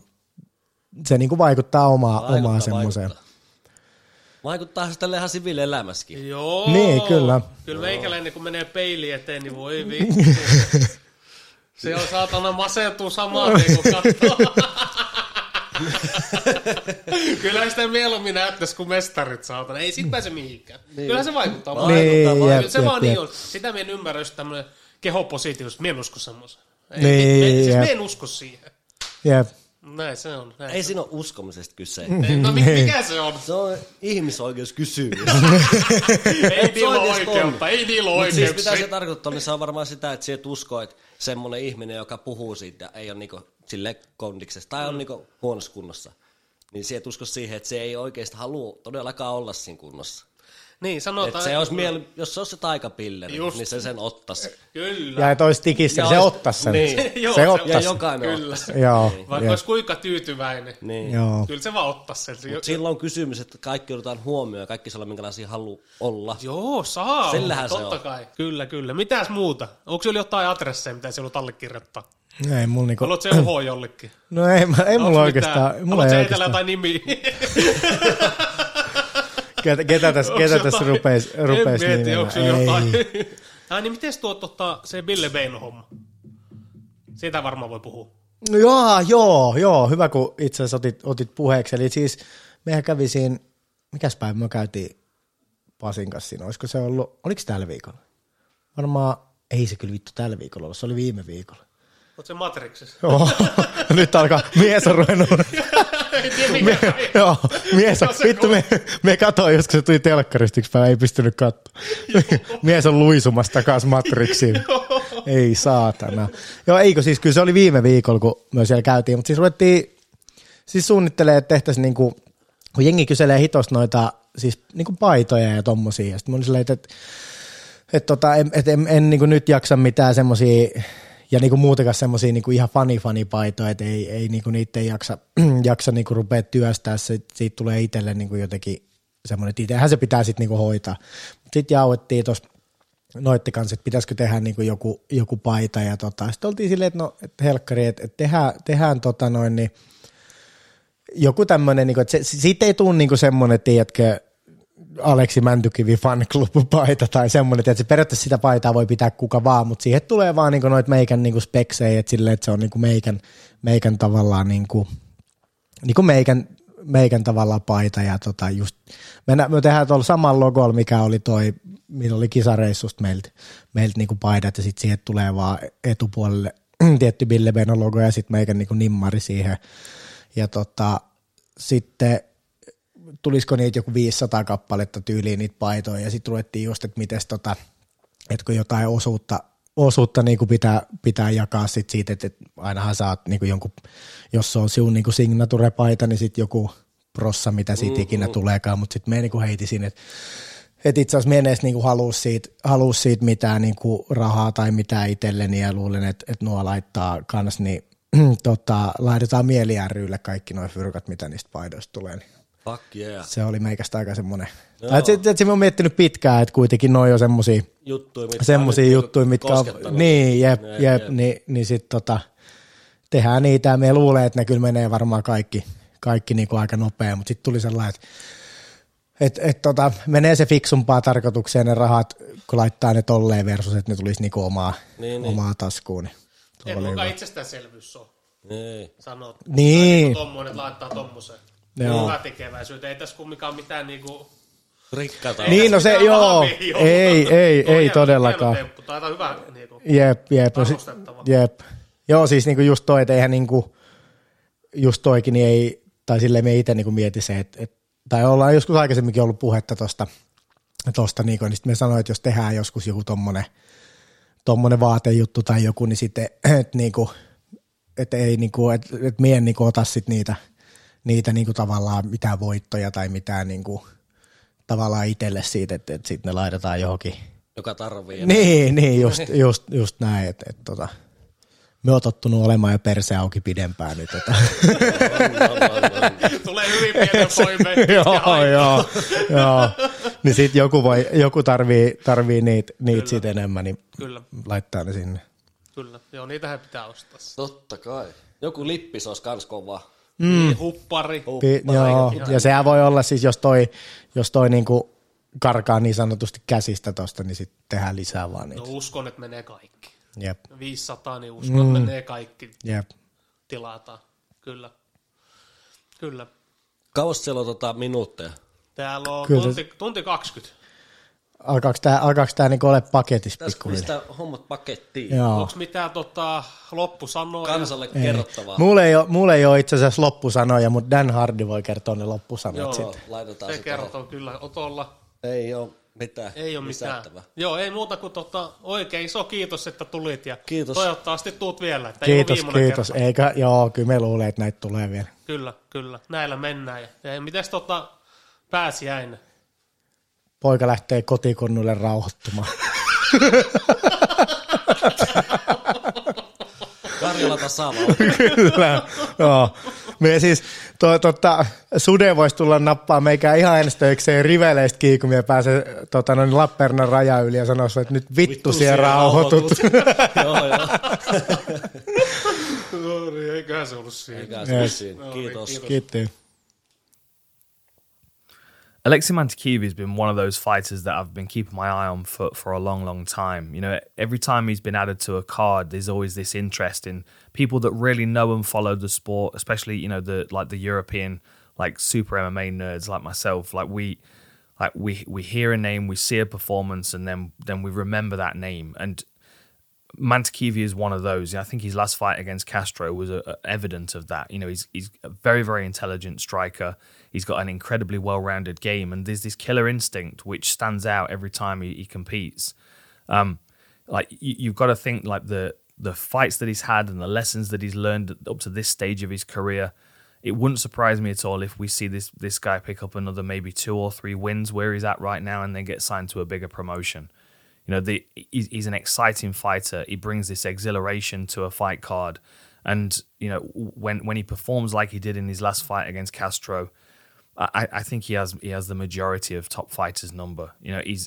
Speaker 2: se niin kuin vaikuttaa omaa semmoiseen.
Speaker 3: Vaikuttaa se tälle ihan siviilielämässäkin.
Speaker 1: Joo.
Speaker 2: Niin, kyllä.
Speaker 1: Kyllä meikäläinen, kun menee peiliin eteen, niin voi vittu. Se on saatana masentuu samaan, kun katsoo. Kyllä sitä mieluummin näyttäisi kuin mestarit, saatana. Ei sit pääse mihinkään. Niin. Kyllä se vaikuttaa.
Speaker 2: Niin,
Speaker 1: se vaan niin on. Sitä minä en ymmärrä, jos tämmöinen kehopositiivisuus. Minä en usko semmoisen.
Speaker 2: Niin,
Speaker 1: minä en usko siihen.
Speaker 2: Jep.
Speaker 1: Näin se on.
Speaker 3: Ei siinä ole uskomisesta kyse.
Speaker 1: No mikä se on?
Speaker 3: Se on ihmisoikeuskysymys.
Speaker 1: Ei niillä oikeutta, ei niillä oikeuksia.
Speaker 3: Siis mitä se tarkoittaa, niin se on varmaan sitä, että sieltä uskoo, että semmoinen ihminen, joka puhuu siitä, ei ole niinku sille kondiksesta tai on niinku huonossa kunnossa, niin sieltä usko siihen, että se ei oikeasti halua todellakaan olla siinä kunnossa.
Speaker 1: Niin, sanotaan.
Speaker 3: Se olisi jos se olisi se taikapilleri, niin se sen ottaisi.
Speaker 1: Kyllä.
Speaker 2: Ja että olisi tikissä, se ottaisi sen.
Speaker 3: Niin.
Speaker 2: Se ottaisi.
Speaker 3: Ja jokainen ottaisi.
Speaker 2: Joo.
Speaker 1: Vaikka olisi kuinka tyytyväinen.
Speaker 3: Niin.
Speaker 2: Joo.
Speaker 1: Kyllä se vaan ottaisi sen.
Speaker 3: Mutta silloin on kysymys, että kaikki otetaan huomioon ja kaikki sellainen, minkälaisia haluaa olla.
Speaker 1: Joo, saa.
Speaker 3: Sillähän se on.
Speaker 1: Totta kai. Kyllä. Mitäs muuta? Onko siellä jotain adresseja, mitä siellä allekirjoittaa?
Speaker 2: Ei mulla niinku.
Speaker 1: Haluatko se UH jollekin?
Speaker 2: No ei mulla oikeastaan.
Speaker 1: Haluatko etelä jotain nimiä?
Speaker 2: Ketä tässä rupesi
Speaker 1: nimeä? Onko siellä jotain? Niin miten se Ville Beino homma? Siitä varmaan voi puhua.
Speaker 2: No joo, hyvä kun itse asiassa otit puheeksi. Eli siis mehän kävi siinä, mikäs päivä me käytiin Pasin kanssa siinä, olisiko se ollut, oliko tällä viikolla? Varmaan, ei se kyllä vittu tällä viikolla ollut, se oli viime viikolla.
Speaker 1: Oot se Matrixissa?
Speaker 2: Nyt alkaa, mies on ruvennut. Joo, mies on, vittu me katsoin joskus se tuli telkkarista yksi päivä, ei pystynyt katsoa. Mies on luisumassa takaisin Matrixiin. Ei saatana. Joo, eikö siis, kyllä se oli viime viikolla, kun me siellä käytiin, mutta siis ruvettiin siis suunnittelemaan, että tehtäisiin niinku, kun jengi kyselee hitosta noita siis niinku paitoja ja tommosia, ja sitten mä olin silleen, että en niinku nyt jaksa mitään semmosia, ja niinku muutenkaan semmosia niinku ihan fani-paitoja, että ei niinku niitä ei jaksa niinku rupea työstää, siitä tulee itselle niinku jotenkin semmoinen, että itsehän se pitää sitten niinku hoitaa. Sitten jauhettiin tuossa noitte kanssa, että pitäisikö tehdä niinku joku paita, ja sitten oltiin silleen, että no, että helkkari, että tehdään niin joku tämmöinen, niinku, että siitä ei tule niinku semmoinen, tiedätkö, Aleksi Mäntykivi fan club paita tai semmoinen, että periaatteessa sitä paitaa voi pitää kuka vaan, mutta siihen tulee vaan niinku noita meikän niinku speksejä, että silleen, että se on niinku meikän tavallaan niinku meikän tavallaan paita, ja just me tehdään tuolla samalla logolla, mikä oli millä oli kisareissusta meiltä niinku paidat, ja sitten siihen tulee vaan etupuolelle tietty Ville Beno logo ja sitten meikän niinku nimmari siihen, ja sitten tulisiko niitä joku 500 kappaletta tyyliin niitä paitoja, ja sitten ruvettiin just, että mites että kun jotain osuutta niinku pitää jakaa sit siitä, että ainahan saat niinku jonkun, jos se on sinun niinku signature-paita, niin sitten joku prossa, mitä siitä ikinä tuleekaan, mutta sitten me niinku heitisin, että itse asiassa me en edes niinku halua siitä mitään niinku rahaa tai mitään itselleni, ja luulen, että nuo laittaa kans, niin laitetaan Mieli rylle kaikki nuo fyrkat, mitä niistä paidoista tulee. Niin
Speaker 3: fuck yeah.
Speaker 2: Se oli meikästä aika semmoinen. Se on miettinyt pitkään, että kuitenkin noi on semmosia juttuja, mitkä on, niin, jep, niin sit tehdään niitä, ja me luulee, että ne kyllä menee varmaan kaikki niinku aika nopea, mutta sitten tuli sellainen, että menee se fiksumpaa tarkoitukseen ne rahat, kun laittaa ne tolleen versus, että ne tulisi niinku omaa taskuun.
Speaker 1: Ei mukaan itsestäänselvyys ole. Sanot,
Speaker 2: niin.
Speaker 1: Tommoinen, että laittaa tommoseen. Hyvä tekeväisyyttä. Ei tässä kumminkaan mitään niinku
Speaker 3: rikkaita.
Speaker 2: Niin, no se, joo. Ei todellakaan.
Speaker 1: Taitaa hyvä niinku
Speaker 2: jep. Joo, siis niinku just toi, että eihän niinku, just toikin, niin ei, tai silleen me itse niinku mieti se, että tai ollaan joskus aikaisemminkin ollut puhetta tosta niinku, niin sitten me sanoin, että jos tehdään joskus joku tommonen vaatejuttu tai joku, niin sitten, että niinku, että ei niinku, että mie en niinku ota sit niitä niinku tavallaan mitään voittoja tai mitään niinku tavallaan itselle siitä, että sitten ne laitetaan johonkin.
Speaker 3: Joka tarvii.
Speaker 2: Niin, just näin, että me oon tottunut olemaan jo perse auki pidempään nyt.
Speaker 1: Tulee hyvin pienen poimeen.
Speaker 2: Joo. Niin sit joku tarvii niitä sit enemmän, niin kyllä. Laittaa ne sinne.
Speaker 1: Kyllä, joo, niitähän pitää ostaa.
Speaker 3: Totta kai. Joku lippis olisi kans kova.
Speaker 1: Huppari.
Speaker 2: Joo, ja sehän voi olla siis, jos toi niinku karkaa niin sanotusti käsistä tosta, niin sitten tehdään lisää vaan niitä.
Speaker 1: No uskon, että menee kaikki.
Speaker 2: Jep.
Speaker 1: 500, niin uskon, että menee kaikki.
Speaker 2: Jep.
Speaker 1: Tilataan. Kyllä.
Speaker 3: Kauas siellä on minuutteja?
Speaker 1: Täällä on tunti 20.
Speaker 2: Alkaako tää niinku ole paketissa pikkuhiljaa?
Speaker 3: Pistää hommat pakettiin.
Speaker 1: Onko mitään loppusanoja?
Speaker 3: Kansalle kerrottavaa.
Speaker 2: Mulla ei ole itse asiassa loppusanoja, mutta Dan Hardy voi kertoa ne loppusanat sitten.
Speaker 3: Laitetaan
Speaker 1: se kertoo kyllä Otolla.
Speaker 3: Ei ole mitään.
Speaker 1: Ei ole mitään. Joo, ei muuta kuin oikein iso kiitos, että tulit, ja kiitos. Toivottavasti tuut vielä. Että
Speaker 2: kiitos. Eikä, joo, kyllä me luulee, että näitä tulee vielä.
Speaker 1: Kyllä. Näillä mennään. Ja mites pääsiäinen?
Speaker 2: Poika lähtee kotikonnuille rauhoittumaan.
Speaker 3: Karjala tasaava.
Speaker 2: Kyllä, joo. Me siis, Sude voisi tulla nappaa meikään ihan enstöikseen riveleistä kiinni, kun me pääsee Lappeenrannan raja yli ja sanoisi, että nyt vittu siellä rauhoitut.
Speaker 3: Joo.
Speaker 1: Eiköhän se ollut siinä.
Speaker 3: Kiitos.
Speaker 2: Kiitos.
Speaker 4: Aleksi Mantykivi has been one of those fighters that I've been keeping my eye on for a long, long time. You know, every time he's been added to a card, there's always this interest in people that really know and follow the sport, especially, you know, the European, like super MMA nerds like myself. Like we hear a name, we see a performance, and then we remember that name. And Mantekivi is one of those. I think his last fight against Castro was evident of that. He's a very, very intelligent striker. He's got an incredibly well-rounded game, and there's this killer instinct which stands out every time he competes. You've got to think like the fights that he's had and the lessons that he's learned up to this stage of his career. It wouldn't surprise me at all if we see this guy pick up another maybe 2 or 3 wins where he's at right now and then get signed to a bigger promotion. He's an exciting fighter. He brings this exhilaration to a fight card. And, when he performs like he did in his last fight against Castro, I think he has the majority of top fighters' number. The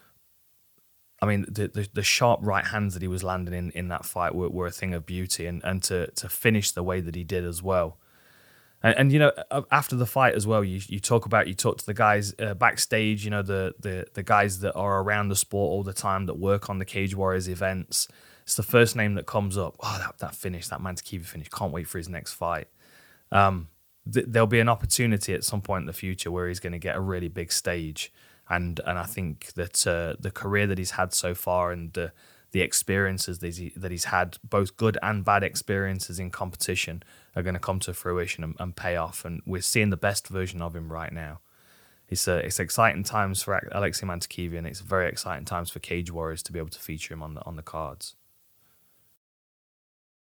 Speaker 4: sharp right hands that he was landing in that fight were a thing of beauty. And to finish the way that he did as well. And after the fight as well, you talk to the guys backstage, the guys that are around the sport all the time that work on the Cage Warriors events. It's the first name that comes up. Oh, that finish, that Mantekivi finish. Can't wait for his next fight. There'll be an opportunity at some point in the future where he's going to get a really big stage. And I think that the career that he's had so far and the experiences that he's had, both good and bad experiences in competition, are going to come to fruition and pay off. And we're seeing the best version of him right now. It's exciting times for Alexei Mantekivi, and it's very exciting times for Cage Warriors to be able to feature him on the cards.